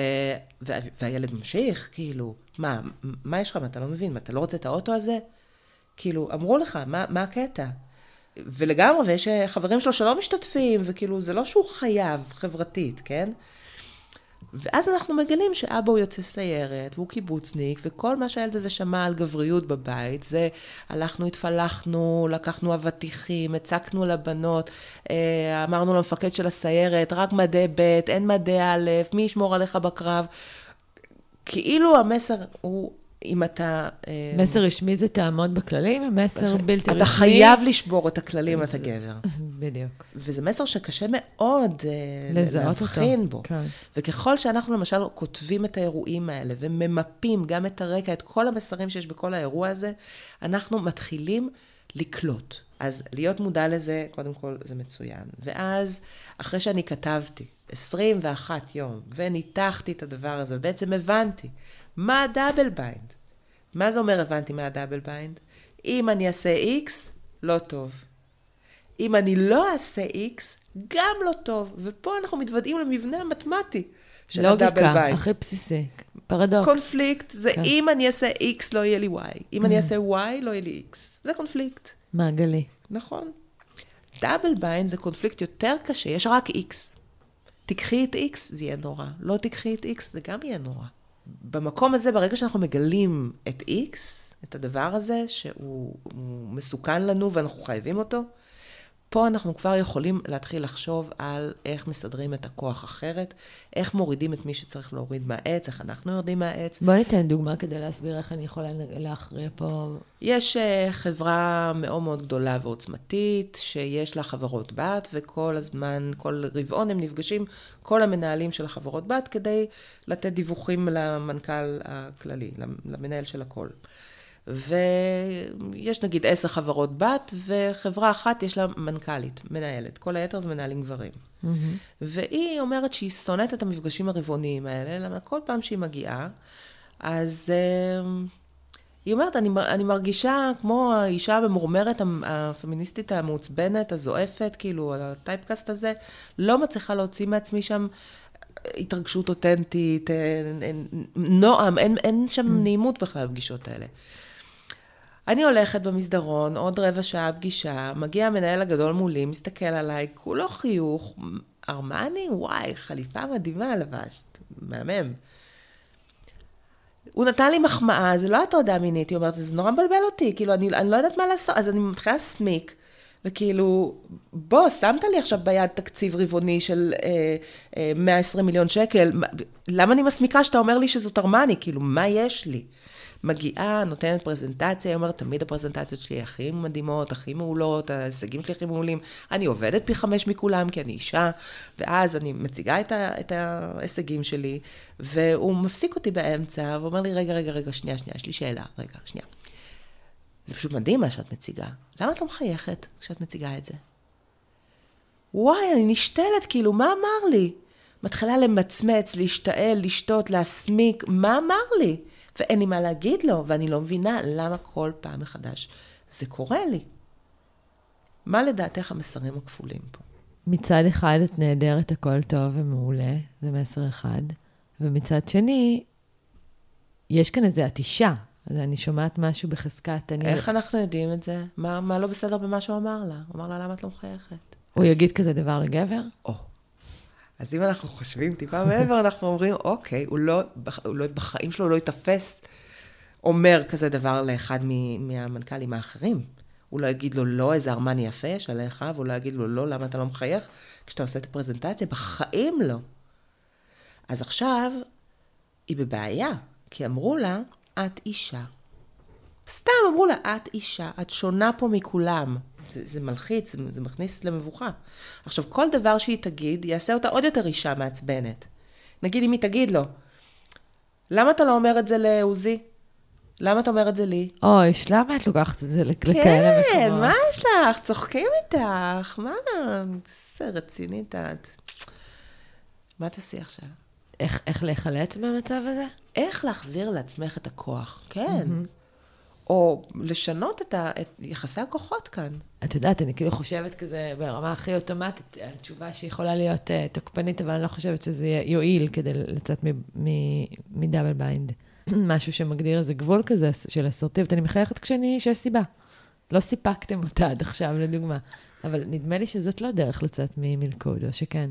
B: והילד ממשיך, כאילו, מה, מה יש לך? מה, אתה לא מבין? מה, אתה לא רוצה את האוטו הזה? כאילו, אמרו לך, מה, מה הקטע? ולגמרי, ויש חברים שלו שלא משתתפים, וכאילו, זה לא שהוא חייב חברתית, כן? ואז אנחנו מגלים שאבא הוא יוצא סיירת, והוא קיבוצניק, וכל מה שהילד הזה שמע על גבריות בבית, זה הלכנו, התפלחנו, לקחנו אבטיחים, הצקנו לבנות, אמרנו למפקד של הסיירת, רק מדי ב', אין מדי א', מי ישמור עליך בקרב? כאילו המסר הוא, אם אתה...
A: מסר רשמי זה תעמוד בכללים, מסר בלתי רשמי.
B: אתה חייב לשבור את הכללים, אתה גבר.
A: בדיוק.
B: וזה מסר שקשה מאוד להבחין בו. וככל שאנחנו למשל כותבים את האירועים האלה, וממפים גם את הרקע, את כל המסרים שיש בכל האירוע הזה, אנחנו מתחילים לקלוט. אז להיות מודע לזה, קודם כל, זה מצוין. ואז, אחרי שאני כתבתי עשרים ואחד יום, וניתחתי את הדבר הזה, ובעצם הבנתי, מה הדאבל ביינד? מה זה אומר הבנתי מה הדאבל ביינד? אם אני אעשה X, לא טוב. אם אני לא אעשה X, גם לא טוב. ופה אנחנו מתוודעים למבנה המתמטי של הדאבל ביינד.
A: לוגיקה, הכי בסיסי. פרדוקס.
B: קונפליקט זה כן. אם אני אעשה X, לא יהיה לי Y. אם אני אעשה Y, לא יהיה לי X. זה קונפליקט.
A: מעגלי.
B: נכון. דאבל ביינד זה קונפליקט יותר קשה, יש רק X. תקחי את X, זה יהיה נורא. לא תקחי את X, זה גם יהיה נורא. במקום הזה, ברגע שאנחנו מגלים את X, את הדבר הזה, שהוא מסוכן לנו ואנחנו חייבים אותו, פה אנחנו כבר יכולים להתחיל לחשוב על איך מסדרים את הכוח אחרת, איך מורידים את מי שצריך להוריד מהעץ, איך אנחנו יורדים מהעץ.
A: בוא ניתן דוגמה כדי להסביר איך אני יכולה להכריע פה.
B: יש uh, חברה מאוד מאוד גדולה ועוצמתית, שיש לה חברות בת, וכל הזמן, כל רבעון הם נפגשים, כל המנהלים של החברות בת, כדי לתת דיווחים למנכ"ל הכללי, למנהל של הכל. ויש נגיד עשר חברות בת, וחברה אחת יש לה מנכ"לית, מנהלת. כל היתר זה מנהלים גברים. Mm-hmm. והיא אומרת שהיא שונאת את המפגשים הרבעוניים האלה, למה כל פעם שהיא מגיעה, אז uh, היא אומרת, אני, אני מרגישה כמו האישה הממורמרת, הפמיניסטית המעוצבנת, הזועפת, כאילו הטייפקאסט הזה, לא מצליחה להוציא מעצמי שם התרגשות אותנטית, נועם, אין, אין שם mm-hmm. נעימות בכלל בפגישות האלה. אני הולכת במסדרון, עוד רבע שעה פגישה, מגיע המנהל הגדול מולי, מסתכל עליי, כולו חיוך, ארמני, וואי, חליפה מדהימה לבשת, מהמם. הוא נתן לי מחמאה, זה לא הטרדה מינית, היא אומרת, זה נורא מבלבל אותי, כאילו, אני, אני לא יודעת מה לעשות, אז אני מתחילה סמיק, וכאילו, בוא, שמת לי עכשיו ביד תקציב רבעוני של אה, אה, מאה ועשרים מיליון שקל, למה אני מסמיקה שאתה אומר לי שזאת ארמני? כאילו, מה יש לי? מגיעה, נותנת פרזנטציה, היא אומרת, תמיד הפרזנטציות שלי הכי מדהימות, הכי מעולות, ההישגים שלי הכי מעולים, אני עובדת פי חמש מכולם, כי אני אישה, ואז אני מציגה את, ה, את ההישגים שלי, והוא מפסיק אותי באמצע, ואומר לי, רגע, רגע, רגע, שנייה, שנייה, יש לי שאלה, רגע, שנייה. זה פשוט מדהים מה שאת מציגה. למה את לא מחייכת כשאת מציגה את זה? וואי, אני נשתלת, כאילו, מה אמר לי? מתחילה למצמץ, להשתעל, לשתות, להסמיק, מה אמר לי? ואין לי מה להגיד לו, ואני לא מבינה למה כל פעם מחדש זה קורה לי. מה לדעתך המסרים הכפולים פה?
A: מצד אחד את נהדרת, הכל טוב ומעולה, זה מסר אחד, ומצד שני, יש כאן איזו עטישה, אז אני שומעת משהו בחזקת, אני...
B: איך אנחנו יודעים את זה? מה, מה לא בסדר במה שהוא אמר לה? הוא אמר לה, למה את לא מחייכת?
A: הוא אז... יגיד כזה דבר לגבר?
B: או. אז אם אנחנו חושבים טיפה מעבר, אנחנו אומרים, אוקיי, הוא לא, הוא לא, בחיים שלו הוא לא יתפס, אומר כזה דבר לאחד מהמנכ"לים האחרים. הוא לא יגיד לו, לא, איזה ארמני יפה יש עליך, והוא לא יגיד לו, לא, למה אתה לא מחייך? כשאתה עושה את הפרזנטציה, בחיים לא. אז עכשיו, היא בבעיה, כי אמרו לה, את אישה. סתם אמרו לה, את אישה, את שונה פה מכולם. זה, זה מלחיץ, זה, זה מכניס למבוכה. עכשיו, כל דבר שהיא תגיד, יעשה אותה עוד יותר אישה מעצבנת. נגיד, אם היא תגיד לו, למה אתה לא אומר את זה לעוזי? למה אתה אומר את זה לי?
A: אוי, למה את לוקחת את זה לכאלה מקומות?
B: כן, מה יש לך? צוחקים איתך. מה? זה רצינית את. מה תעשי עכשיו?
A: איך, איך להיחלץ מהמצב הזה?
B: איך להחזיר לעצמך את הכוח? כן. Mm-hmm. או לשנות את, ה, את יחסי הכוחות כאן. את
A: יודעת, אני כאילו חושבת כזה ברמה הכי אוטומטית, על תשובה שיכולה להיות uh, תוקפנית, אבל אני לא חושבת שזה יועיל כדי לצאת מדאבל ביינד. משהו שמגדיר איזה גבול כזה של אסרטיביות. אני מחייכת כשאני, שיש סיבה. לא סיפקתם אותה עד עכשיו, לדוגמה. אבל נדמה לי שזאת לא דרך לצאת ממלכוד, או שכן.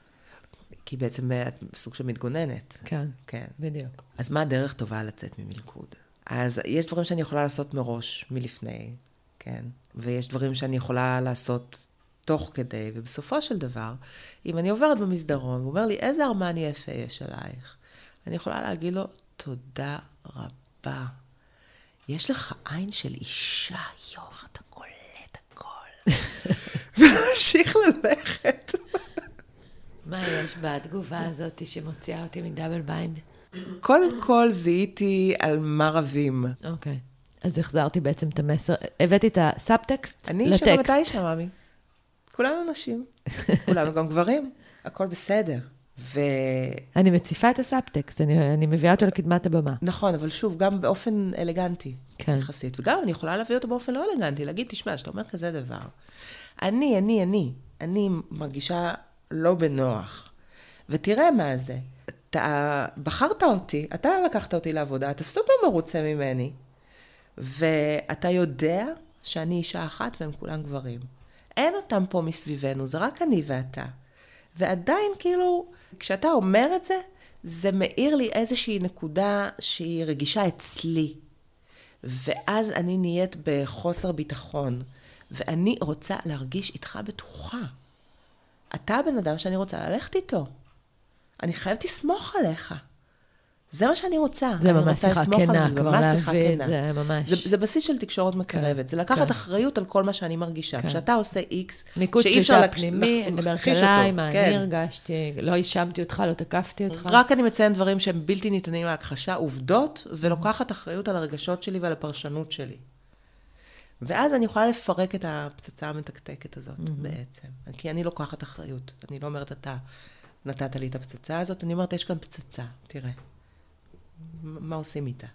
B: כי בעצם את סוג שמתגוננת.
A: כן,
B: כן.
A: בדיוק.
B: אז מה הדרך טובה לצאת ממלכוד? אז יש דברים שאני יכולה לעשות מראש, מלפני, כן? ויש דברים שאני יכולה לעשות תוך כדי, ובסופו של דבר, אם אני עוברת במסדרון, הוא אומר לי, איזה ארמני יפה יש עלייך? אני יכולה להגיד לו, תודה רבה. יש לך עין של אישה, יוח, אתה קולט הכל. ולהמשיך ללכת.
A: מה יש בתגובה הזאת שמוציאה אותי מדאבל ביינד?
B: קודם כל זיהיתי על מה רבים.
A: אוקיי. אז החזרתי בעצם את המסר, הבאתי את הסאבטקסט לטקסט.
B: אני אישה מתי אישה, מאמי. כולנו נשים. כולנו גם גברים. הכל בסדר. ו...
A: אני מציפה את הסאבטקסט, אני, אני מביאה אותו לקדמת הבמה.
B: נכון, אבל שוב, גם באופן אלגנטי.
A: כן.
B: יחסית. וגם אני יכולה להביא אותו באופן לא אלגנטי, להגיד, תשמע, שאתה אומר כזה דבר. אני, אני, אני, אני מרגישה לא בנוח. ותראה מה זה. אתה בחרת אותי, אתה לקחת אותי לעבודה, אתה סופר מרוצה ממני, ואתה יודע שאני אישה אחת והם כולם גברים. אין אותם פה מסביבנו, זה רק אני ואתה. ועדיין כאילו, כשאתה אומר את זה, זה מאיר לי איזושהי נקודה שהיא רגישה אצלי. ואז אני נהיית בחוסר ביטחון. ואני רוצה להרגיש איתך בטוחה. אתה הבן אדם שאני רוצה ללכת איתו. אני חייבת לסמוך עליך. זה מה שאני רוצה.
A: זה ממש שיחה כנה, כבר להביא את זה ממש.
B: זה, זה בסיס של תקשורת מקרבת. כן, זה לקחת כן. אחריות על כל מה שאני מרגישה. כן. כשאתה עושה איקס,
A: מיקוד שליטה פנימי, אני מדברת עליי, מה כן. אני הרגשתי, לא האשמתי אותך, לא תקפתי אותך.
B: רק אני מציין דברים שהם בלתי ניתנים להכחשה, עובדות, ולוקחת אחריות על הרגשות שלי ועל הפרשנות שלי. ואז אני יכולה לפרק את הפצצה המתקתקת הזאת mm-hmm. בעצם. כי אני לוקחת אחריות. אני לא אומרת, אתה נתת לי את הפצצה הזאת, אני אומרת, יש כאן פצצה, תראה. מה עושים איתה?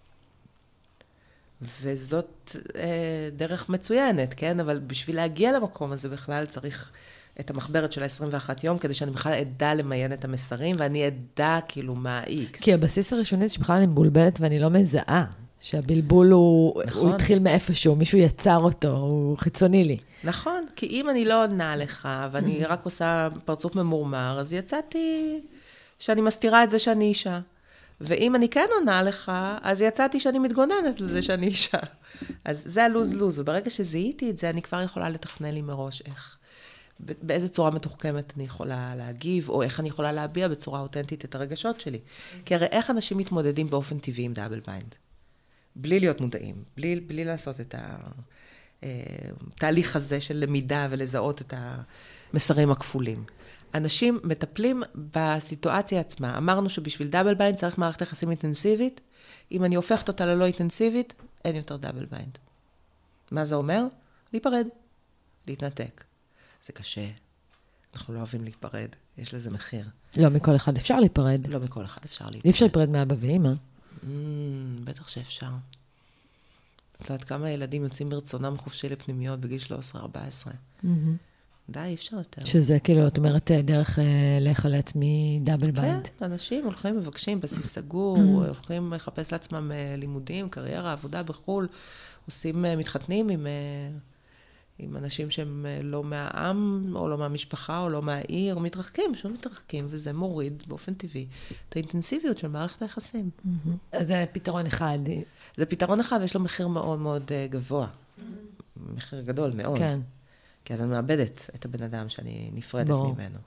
B: וזאת אה, דרך מצוינת, כן? אבל בשביל להגיע למקום הזה בכלל צריך את המחברת של ה-עשרים ואחד יום, כדי שאני בכלל אדע למיין את המסרים, ואני אדע כאילו מה ה-X.
A: כי הבסיס הראשוני זה שבכלל אני מבולבלת ואני לא מזהה. שהבלבול הוא, נכון. הוא התחיל מאיפשהו, מישהו יצר אותו, הוא חיצוני לי.
B: נכון, כי אם אני לא עונה לך, ואני רק עושה פרצוף ממורמר, אז יצאתי שאני מסתירה את זה שאני אישה. ואם אני כן עונה לך, אז יצאתי שאני מתגוננת לזה שאני אישה. אז זה הלוז-לוז, וברגע שזיהיתי את זה, אני כבר יכולה לתכנן לי מראש איך, באיזה צורה מתוחכמת אני יכולה להגיב, או איך אני יכולה להביע בצורה אותנטית את הרגשות שלי. כי הרי איך אנשים מתמודדים באופן טבעי עם דאבל ביינד? בלי להיות מודעים, בלי, בלי לעשות את התהליך הזה של למידה ולזהות את המסרים הכפולים. אנשים מטפלים בסיטואציה עצמה. אמרנו שבשביל דאבל ביינד צריך מערכת יחסים אינטנסיבית. אם אני הופכת אותה ללא אינטנסיבית, אין יותר דאבל ביינד. מה זה אומר? להיפרד, להתנתק. זה קשה. אנחנו לא אוהבים להיפרד. יש לזה מחיר.
A: לא מכל אחד אפשר להיפרד.
B: לא מכל אחד אפשר להיפרד.
A: אי אפשר להיפרד מאבא ואמא.
B: Mm, בטח שאפשר. את יודעת כמה ילדים יוצאים ברצונם חופשי לפנימיות בגיל שלוש עשרה ארבע עשרה. Mm-hmm. די, אי אפשר יותר.
A: שזה כאילו, את אומרת, דרך להיחלץ מדאבל ביינד.
B: כן, אנשים הולכים מבקשים בסיס סגור, הולכים לחפש לעצמם לימודים, קריירה, עבודה בחול, עושים, מתחתנים עם, עם אנשים שהם לא מהעם, או לא מהמשפחה, או לא מהעיר, מתרחקים, פשוט מתרחקים, וזה מוריד באופן טבעי את האינטנסיביות של מערכת היחסים.
A: אז זה פתרון אחד.
B: זה פתרון אחד, ויש לו מחיר מאוד מאוד גבוה. מחיר גדול מאוד. כן. כי אז אני מאבדת את הבן אדם שאני נפרדת בוא. ממנו.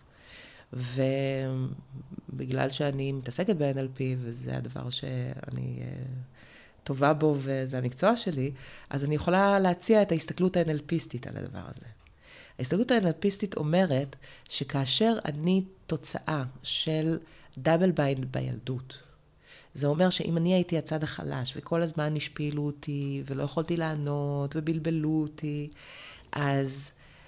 B: ובגלל שאני מתעסקת ב-אן אל פי, וזה הדבר שאני טובה בו, וזה המקצוע שלי, אז אני יכולה להציע את ההסתכלות ה-אן אל פיסטית על הדבר הזה. ההסתכלות ה-אן אל פיסטית אומרת שכאשר אני תוצאה של דאבל ביינד בילדות, זה אומר שאם אני הייתי הצד החלש, וכל הזמן השפילו אותי, ולא יכולתי לענות, ובלבלו אותי, אז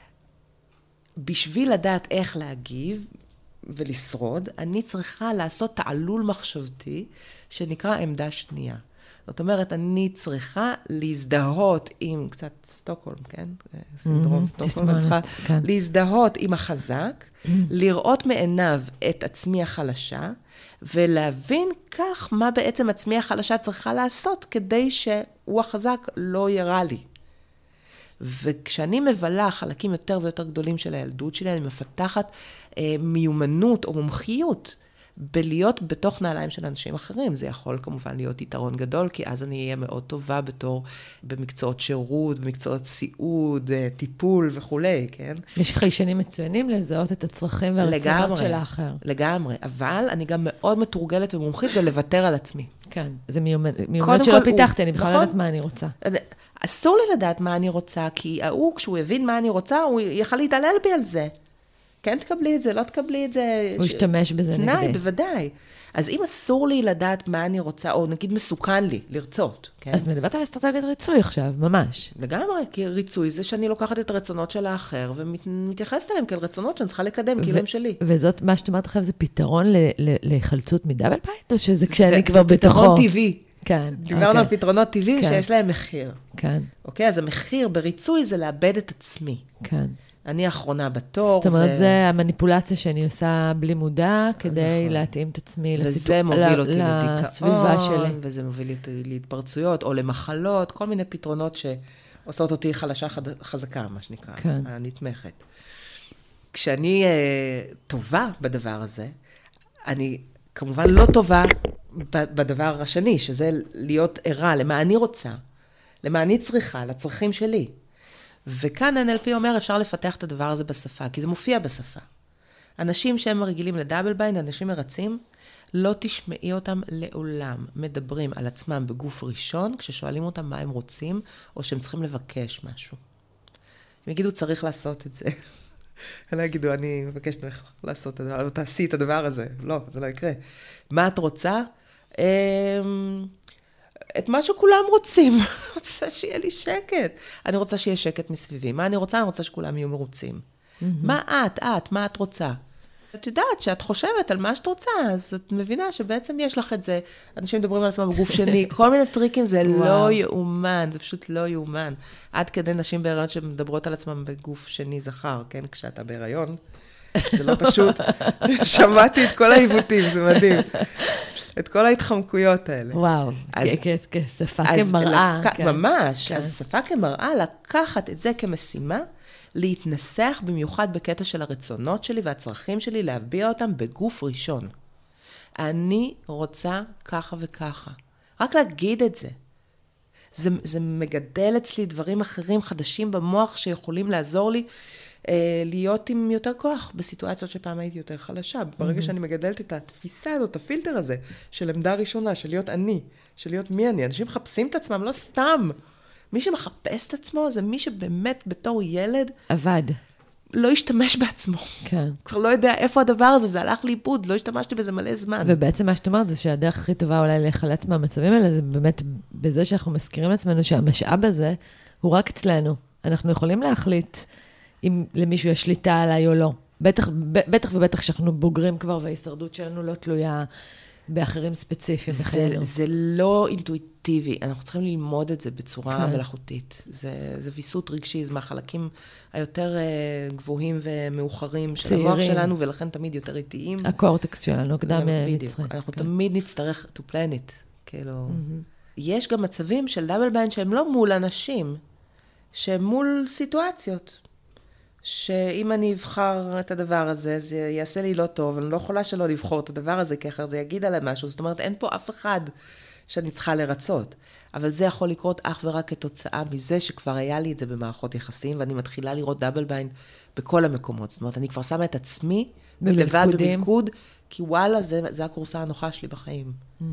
B: בשביל לדעת איך להגיב ולשרוד, אני צריכה לעשות תעלול מחשבתי שנקרא עמדה שנייה. זאת אומרת, אני צריכה להזדהות עם, קצת סטוקהולם, כן? סינדרום סטוקהולם, אני צריכה להזדהות עם החזק, לראות מעיניו את עצמי החלשה, ולהבין כך מה בעצם עצמי החלשה צריכה לעשות, כדי שהוא החזק לא ירע לי. וכשאני מבלה חלקים יותר ויותר גדולים של הילדות שלי, אני מפתחת אה, מיומנות או מומחיות בלהיות בתוך נעליים של אנשים אחרים. זה יכול כמובן להיות יתרון גדול, כי אז אני אהיה מאוד טובה בתור במקצועות שירות, במקצועות סיעוד, טיפול וכולי, כן?
A: יש חיישנים מצוינים לזהות את הצרכים והרצונות של האחר.
B: לגמרי, אבל אני גם מאוד מתורגלת ומומחית ולוותר על עצמי.
A: כן, זה מיומנות שלא פיתחתי, אני בכלל יודעת מה אני רוצה.
B: אסור לי לדעת מה אני רוצה, כי הוא, כשהוא הבין מה אני רוצה, הוא יכל להתעלל בי על זה. כן תקבלי את זה, לא תקבלי את זה.
A: הוא ישתמש בזה נגדי.
B: נאי, בוודאי. אז אם אסור לי לדעת מה אני רוצה, או נגיד מסוכן לי, לרצות. כן?
A: אז מדברת על אסטרטגיית ריצוי עכשיו, ממש.
B: לגמרי, כי ריצוי זה שאני לוקחת את הרצונות של האחר, ומתייחסת אליהם כאל רצונות שאני צריכה לקדם, כאילו הם שלי.
A: וזאת, מה שאת אומרת עכשיו, זה פתרון להיחלצות מדאבל ביינד, או שזה כשאני כבר בתוכו?
B: זה פתרון טבעי.
A: כן.
B: דיברנו על פתרונות טבעיים שיש להם מחיר.
A: כן.
B: אוקיי, אז המחיר בריצוי זה לאבד את עצמי.
A: כן.
B: אני האחרונה בתור.
A: זאת אומרת, זה המניפולציה שאני עושה בלי מודע, כדי להתאים את עצמי
B: וזה מוביל אותי לסביבה שלי. וזה מוביל אותי להתפרצויות, או למחלות, כל מיני פתרונות שעושות אותי חלשה חזקה, מה שנקרא, הנתמכת. כשאני טובה בדבר הזה, אני כמובן לא טובה בדבר השני, שזה להיות ערה, למה אני רוצה, למה אני צריכה, לצרכים שלי. וכאן אן אל פי אומר, אפשר לפתח את הדבר הזה בשפה, כי זה מופיע בשפה. אנשים שהם רגילים לדאבל ביינד, אנשים מרצים, לא תשמעי אותם לעולם, מדברים על עצמם בגוף ראשון, כששואלים אותם מה הם רוצים, או שהם צריכים לבקש משהו. הם יגידו, צריך לעשות את זה. הם לא יגידו, אני מבקשת ממך לעשות את הדבר, או תעשי את הדבר הזה. לא, זה לא יקרה. מה את רוצה? את מה שכולם רוצים. אני רוצה שיהיה לי שקט. אני רוצה שיהיה שקט מסביבי. מה אני רוצה? אני רוצה שכולם יהיו מרוצים. מה את? את? מה את רוצה? את יודעת שאת חושבת על מה שאת רוצה, אז את מבינה שבעצם יש לך את זה. אנשים מדברים על עצמם בגוף שני, כל מיני טריקים, זה לא יאומן, זה פשוט לא יאומן. עד כדי נשים בהיריון שמדברות על עצמם בגוף שני זכר, כן? כשאתה בהיריון, זה לא פשוט. שמעתי את כל העיוותים, זה מדהים. את כל ההתחמקויות האלה.
A: וואו, כשפה כמראה.
B: ממש, אז שפה כמראה, לקחת את זה כמשימה, להתנסח במיוחד בקטע של הרצונות שלי והצרכים שלי, להביע אותם בגוף ראשון. אני רוצה ככה וככה. רק להגיד את זה. זה, זה מגדל אצלי דברים אחרים חדשים במוח שיכולים לעזור לי אה, להיות עם יותר כוח בסיטואציות שפעם הייתי יותר חלשה. ברגע שאני מגדלת את התפיסה הזאת, הפילטר הזה, של עמדה ראשונה, של להיות אני, של להיות מי אני. אנשים מחפשים את עצמם, לא סתם. מי שמחפש את עצמו זה מי שבאמת בתור ילד
A: עבד.
B: לא השתמש בעצמו.
A: כן.
B: כבר לא יודע איפה הדבר הזה, זה הלך לאיבוד, לא השתמשתי בזה מלא זמן.
A: ובעצם מה שאת אומרת זה שהדרך הכי טובה אולי להיחלץ מהמצבים האלה, זה באמת בזה שאנחנו מזכירים לעצמנו שהמשאב הזה הוא רק אצלנו. אנחנו יכולים להחליט אם למישהו יש שליטה עליי או לא. בטח, בטח ובטח שאנחנו בוגרים כבר וההישרדות שלנו לא תלויה באחרים ספציפיים בחיינו.
B: זה לא אינטואיטיבי, אנחנו צריכים ללמוד את זה בצורה מלאכותית. זה, זה ויסות רגשי, זה מהחלקים היותר גבוהים ומאוחרים של המוח שלנו, ולכן תמיד יותר איטיים.
A: הקורטקס שלנו, קדם מצרי.
B: אנחנו תמיד נצטרך to plan it. כאילו, יש גם מצבים של דאבל ביינד שהם לא מול אנשים, שהם מול סיטואציות. שאם אני אבחר את הדבר הזה, זה יעשה לי לא טוב, אני לא יכולה שלא לבחור את הדבר הזה, כי אחרת זה יגיד עליי משהו. זאת אומרת, אין פה אף אחד שאני צריכה לרצות. אבל זה יכול לקרות אך ורק כתוצאה מזה שכבר היה לי את זה במערכות יחסים, ואני מתחילה לראות דאבל ביינד בכל המקומות. זאת אומרת, אני כבר שמה את עצמי מלבד במלכוד, כי וואלה, זה, זה הקורסה הנוחה שלי בחיים. Mm-hmm.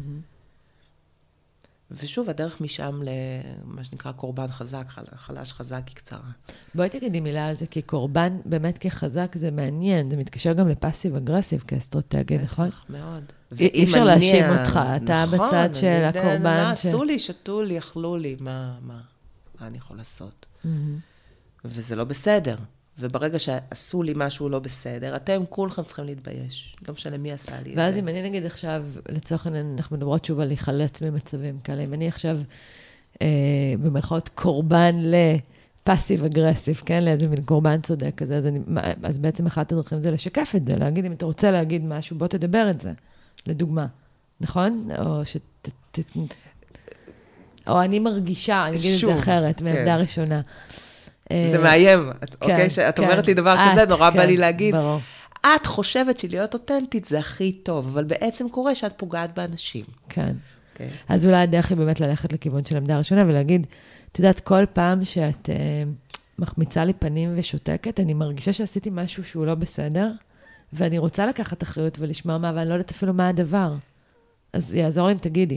B: ושוב, הדרך משם למה שנקרא קורבן חזק, חלש חזק היא קצרה.
A: בואי תגידי מילה על זה, כי קורבן באמת כחזק זה מעניין, זה מתקשר גם לפאסיב אגרסיב כאסטרטגיה, נכון?
B: מאוד.
A: אי אפשר להאשים אותך, אתה בצד של הקורבן.
B: עשו לי, שתו לי, אכלו לי, מה אני יכול לעשות? וזה לא בסדר. וברגע שעשו לי משהו לא בסדר, אתם כולכם צריכים להתבייש. לא משנה מי עשה לי את זה.
A: ואז אם אני נגיד עכשיו, לצורך העניין, אנחנו מדברות שוב על להיחלץ ממצבים כאלה. אם אני עכשיו, אה, במרכאות קורבן לפאסיב אגרסיב, כן? לאיזה מין קורבן צודק כזה, אז, אני, אז בעצם אחת הדרכים זה לשקף את זה, להגיד, אם אתה רוצה להגיד משהו, בוא תדבר את זה, לדוגמה. נכון? או שת... ת, או אני מרגישה, אני אגיד את זה אחרת, מעמדה ראשונה.
B: זה מאיים, אוקיי? שאת אומרת לי דבר כזה, נורא בא לי להגיד, את חושבת שלהיות אותנטית זה הכי טוב, אבל בעצם קורה שאת פוגעת באנשים.
A: כן. אז אולי הדרך היא באמת ללכת לכיוון של עמדה ראשונה, ולהגיד, את יודעת, כל פעם שאת מחמיצה לי פנים ושותקת, אני מרגישה שעשיתי משהו שהוא לא בסדר, ואני רוצה לקחת אחריות ולשמוע מה, ואני לא יודעת אפילו מה הדבר. אז יעזור לי אם תגידי.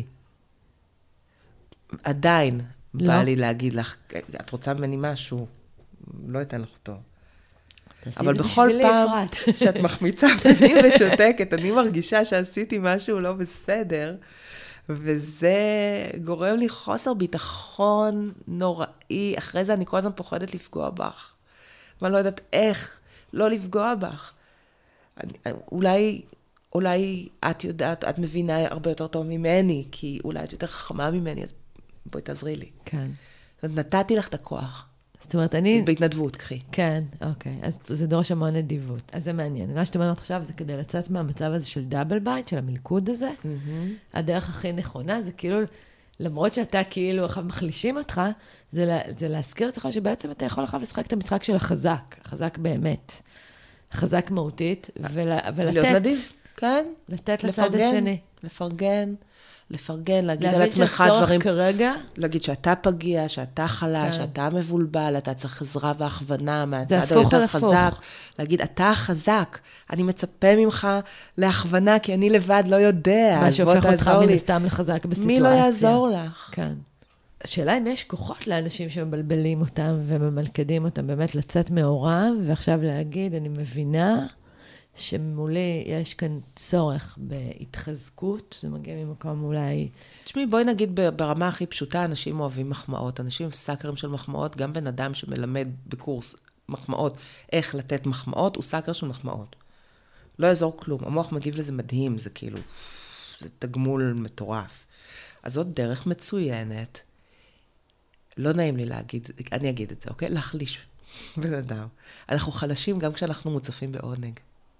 B: עדיין בא לי להגיד לך, את רוצה ממני משהו, לא אתן לך אותו. אבל בכל פעם שאת מחמיצה פנים ושותקת, אני מרגישה שעשיתי משהו לא בסדר, וזה גורם לי חוסר ביטחון נוראי. אחרי זה אני כל הזמן פוחדת לפגוע בך. ואני לא יודעת איך לא לפגוע בך. אני, אולי, אולי את יודעת, את מבינה הרבה יותר טוב ממני, כי אולי את יותר חכמה ממני, אז בואי תעזרי לי.
A: כן.
B: נתתי לך את הכוח.
A: זאת אומרת, אני...
B: בהתנדבות, קחי.
A: כן, אוקיי. אז זה דורש המון נדיבות. אז זה מעניין. מה שאתה אומרת עכשיו זה כדי לצאת מהמצב הזה של דאבל בייט, של המלכוד הזה. הדרך הכי נכונה זה כאילו, למרות שאתה כאילו אחר מחלישים אותך, זה, זה להזכיר את לך שבעצם אתה יכול לך לשחק את המשחק של החזק. החזק באמת. חזק מהותית, ול, ולתת...
B: להיות נדיב. כן.
A: לתת לצד השני.
B: לפרגן, לפרגן, להגיד על עצמך
A: להבין שהצורך
B: דברים.
A: כרגע.
B: להגיד שאתה פגיע, שאתה חלש,
A: כן.
B: שאתה מבולבל, אתה צריך עזרה והכוונה מהצד
A: זה הפוך
B: היותר
A: על הפוך.
B: חזק. להגיד, אתה חזק, אני מצפה ממך להכוונה, כי אני לבד לא יודע.
A: מה שהופך אותך מן הסתם לחזק בסיטואציה.
B: מי לא יעזור לך?
A: כן. השאלה אם יש כוחות לאנשים שמבלבלים אותם וממלכדים אותם, באמת לצאת מעורם, ועכשיו להגיד, אני מבינה שמולי יש כאן צורך בהתחזקות, זה מגיע ממקום אולי...
B: תשמעי, בואי נגיד ברמה הכי פשוטה, אנשים אוהבים מחמאות, אנשים סאקרים של מחמאות, גם בן אדם שמלמד בקורס מחמאות, איך לתת מחמאות, הוא סאקר של מחמאות. לא יעזור כלום, המוח מגיב לזה מדהים, זה כאילו, זה תגמול מטורף. אז זאת דרך מצוינת, לא נעים לי להגיד, אני אגיד את זה, אוקיי? להחליש בן אדם. אנחנו חלשים גם כשאנחנו מוצפים בעונג.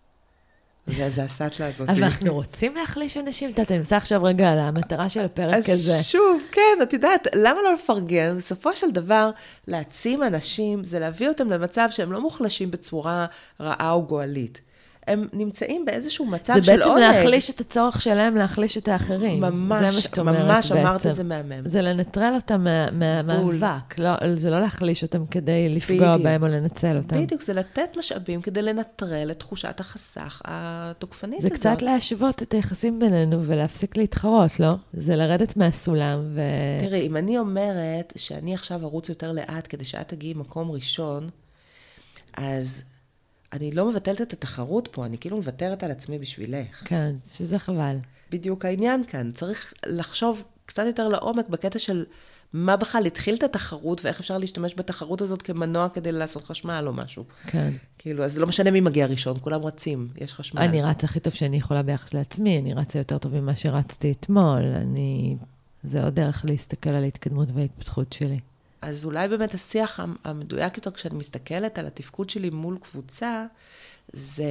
B: זה, זה הסטלה הזאת.
A: אבל אנחנו רוצים להחליש אנשים? אתה נמצא עכשיו רגע על המטרה של הפרק הזה.
B: אז שוב, כן, את יודעת, למה לא לפרגן? בסופו של דבר, להעצים אנשים, זה להביא אותם למצב שהם לא מוחלשים בצורה רעה או גואלית. הם נמצאים באיזשהו מצב של עונג.
A: זה בעצם להחליש את הצורך שלהם, להחליש את האחרים.
B: ממש,
A: זה מה שאת אומרת
B: ממש
A: בעצם.
B: אמרת את זה מהמם.
A: זה לנטרל אותם מהמאבק. לא, זה לא להחליש אותם כדי לפגוע
B: בדיוק.
A: בהם או לנצל אותם.
B: בדיוק, זה לתת משאבים כדי לנטרל את תחושת החסך התוקפנית
A: זה
B: הזאת.
A: קצת להשוות את היחסים בינינו ולהפסיק להתחרות, לא? זה לרדת מהסולם ו...
B: תראי, אם אני אומרת שאני עכשיו ארוץ יותר לאט כדי שאת תגיעי מקום ראשון, אז... אני לא מבטלת את התחרות פה, אני כאילו מבטרת על עצמי בשבילך.
A: כן, שזה חבל.
B: בדיוק העניין כאן. צריך לחשוב קצת יותר לעומק בקטע של מה בכלל התחיל את התחרות, ואיך אפשר להשתמש בתחרות הזאת כמנוע כדי לעשות חשמל או משהו.
A: כן.
B: כאילו, אז לא משנה מי מגיע ראשון, כולם רצים, יש חשמל.
A: אני רצה הכי טוב שאני יכולה ביחס לעצמי, אני רצה יותר טוב ממה שרצתי אתמול, אני... זה עוד דרך להסתכל על ההתקדמות וההתפתחות שלי.
B: אז אולי באמת השיח המדויק יותר, כשאני מסתכלת על התפקוד שלי מול קבוצה, זה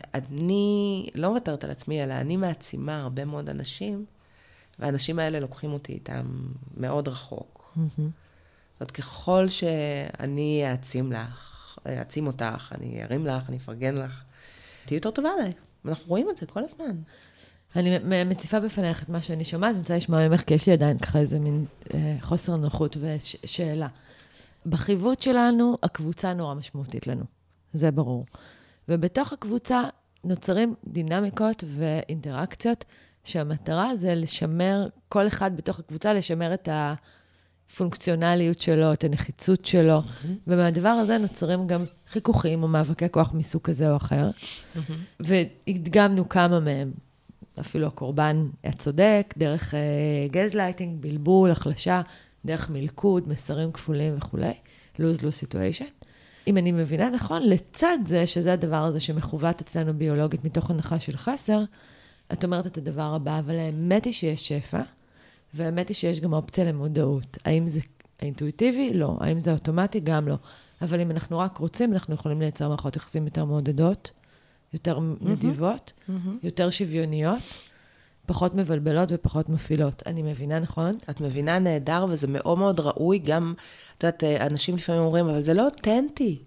B: אני לא מוותרת על עצמי, אלא אני מעצימה הרבה מאוד אנשים, והאנשים האלה לוקחים אותי איתם מאוד רחוק.
A: Mm-hmm.
B: זאת אומרת, ככל שאני אעצים לך, אעצים אותך, אני ארים לך, אני אפרגן לך, תהיי יותר טובה עליי. ואנחנו רואים את זה כל הזמן.
A: אני מציפה בפניך את מה שאני שומעת, אני רוצה לשמוע ממך, כי יש לי עדיין ככה איזה מין אה, חוסר נוחות ושאלה. בחיווט שלנו, הקבוצה נורא משמעותית לנו. זה ברור. ובתוך הקבוצה נוצרים דינמיקות ואינטראקציות, שהמטרה זה לשמר, כל אחד בתוך הקבוצה, לשמר את הפונקציונליות שלו, את הנחיצות שלו, mm-hmm. ומהדבר הזה נוצרים גם חיכוכים או מאבקי כוח מסוג כזה או אחר, mm-hmm. והדגמנו כמה מהם. אפילו הקורבן הצודק, דרך uh, גזלייטינג, בלבול, החלשה, דרך מלכוד, מסרים כפולים וכו'. lose-lose situation. אם אני מבינה נכון, לצד זה, שזה הדבר הזה שמכוות אצלנו ביולוגית מתוך הנחה של חסר, את אומרת את הדבר הבא, אבל האמת היא שיש שפע, והאמת היא שיש גם אופציה למודעות. האם זה אינטואיטיבי? לא. האם זה אוטומטי? גם לא. אבל אם אנחנו רק רוצים, אנחנו יכולים לייצר מערכות יחסים יותר מעודדות, יותר נדיבות, mm-hmm. יותר שוויוניות, פחות מבלבלות ופחות מפעילות. אני מבינה, נכון?
B: את מבינה נהדר, וזה מאוד מאוד ראוי. גם, את יודעת, אנשים לפעמים אומרים, אבל זה לא אותנטי.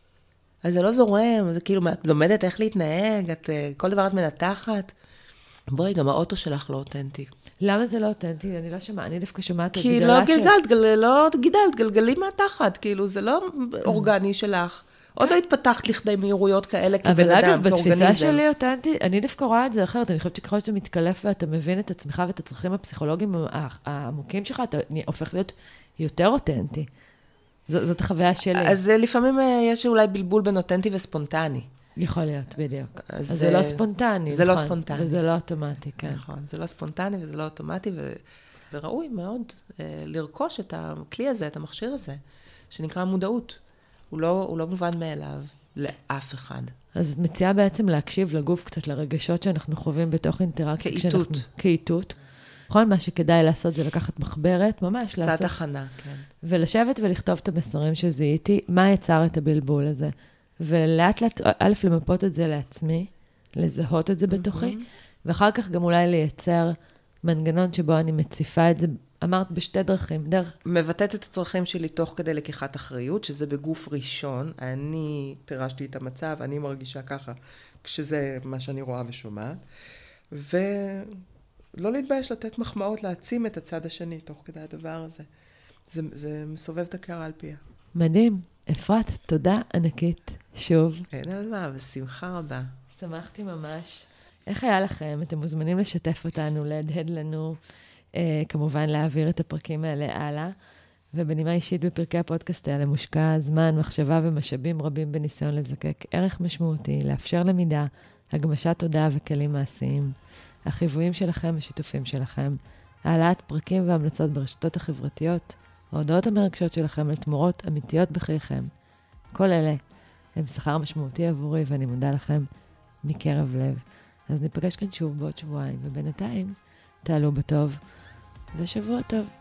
B: אז זה לא זורם, זה כאילו, את לומדת איך להתנהג, את, כל דבר את מנתחת. בואי, גם האוטו שלך לא אותנטי.
A: למה זה לא אותנטי? אני לא שומעת, אני דווקא שומעת את
B: כי לא גלגלת, גל, לא גידלת, גלגלים מהתחת, כאילו, זה לא אורגני שלך. עוד לא התפתחת לכדי מהירויות כאלה כבן אדם, כאורגניזם.
A: אבל אגב, בתפיסה שלי אותנטי, אני דווקא רואה את זה אחרת, אני חושבת שככל שאתה מתקלף ואתה מבין את עצמך ואת הצרכים הפסיכולוגיים העמוקים שלך, אתה הופך להיות יותר אותנטי. זאת החוויה שלי.
B: אז לפעמים יש אולי בלבול בין אותנטי וספונטני.
A: יכול להיות, בדיוק. אז זה לא ספונטני.
B: זה לא ספונטני.
A: וזה לא אוטומטי, כן.
B: נכון, זה לא ספונטני וזה לא אוטומטי, וראוי מאוד לרכוש את הכלי הזה, את המכשיר הזה, שנקרא מודעות. הוא לא, הוא לא מובן מאליו לאף אחד.
A: אז את מציעה בעצם להקשיב לגוף קצת לרגשות שאנחנו חווים בתוך אינטראקציה.
B: כאיתות.
A: כאיתות. נכון, מה שכדאי לעשות זה לקחת מחברת, ממש לעשות.
B: קצת הכנה, כן.
A: ולשבת ולכתוב את המסרים שזיהיתי, מה יצר את הבלבול הזה. ולאט לאט, א', למפות את זה לעצמי, לזהות את זה בתוכי, ואחר כך גם אולי לייצר מנגנון שבו אני מציפה את זה אמרת בשתי דרכים, דרך...
B: מבטאת את הצרכים שלי תוך כדי לקיחת אחריות, שזה בגוף ראשון, אני פירשתי את המצב, אני מרגישה ככה, כשזה מה שאני רואה ושומעת, ולא להתבייש לתת מחמאות, להעצים את הצד השני תוך כדי הדבר הזה. זה, זה מסובב את הקערה על פיה.
A: מדהים. אפרת, תודה ענקית, שוב.
B: אין על מה, בשמחה רבה.
A: שמחתי ממש. איך היה לכם? אתם מוזמנים לשתף אותנו, להדהד לנו, אה, כמובן להעביר את הפרקים האלה הלאה. ובנימה אישית בפרקי הפודקאסט האלה מושקע זמן, מחשבה ומשאבים רבים בניסיון לזקק ערך משמעותי, לאפשר למידה, הגמשת תודעה וכלים מעשיים, החיוויים שלכם ושיתופים שלכם, העלאת פרקים והמלצות ברשתות החברתיות, ההודעות המרגשות שלכם על תמורות אמיתיות בחייכם. כל אלה הם שכר משמעותי עבורי, ואני מודה לכם מקרב לב. אז ניפגש כאן שוב בעוד שבועיים, ובינתיים תעלו בטוב, ושבוע טוב.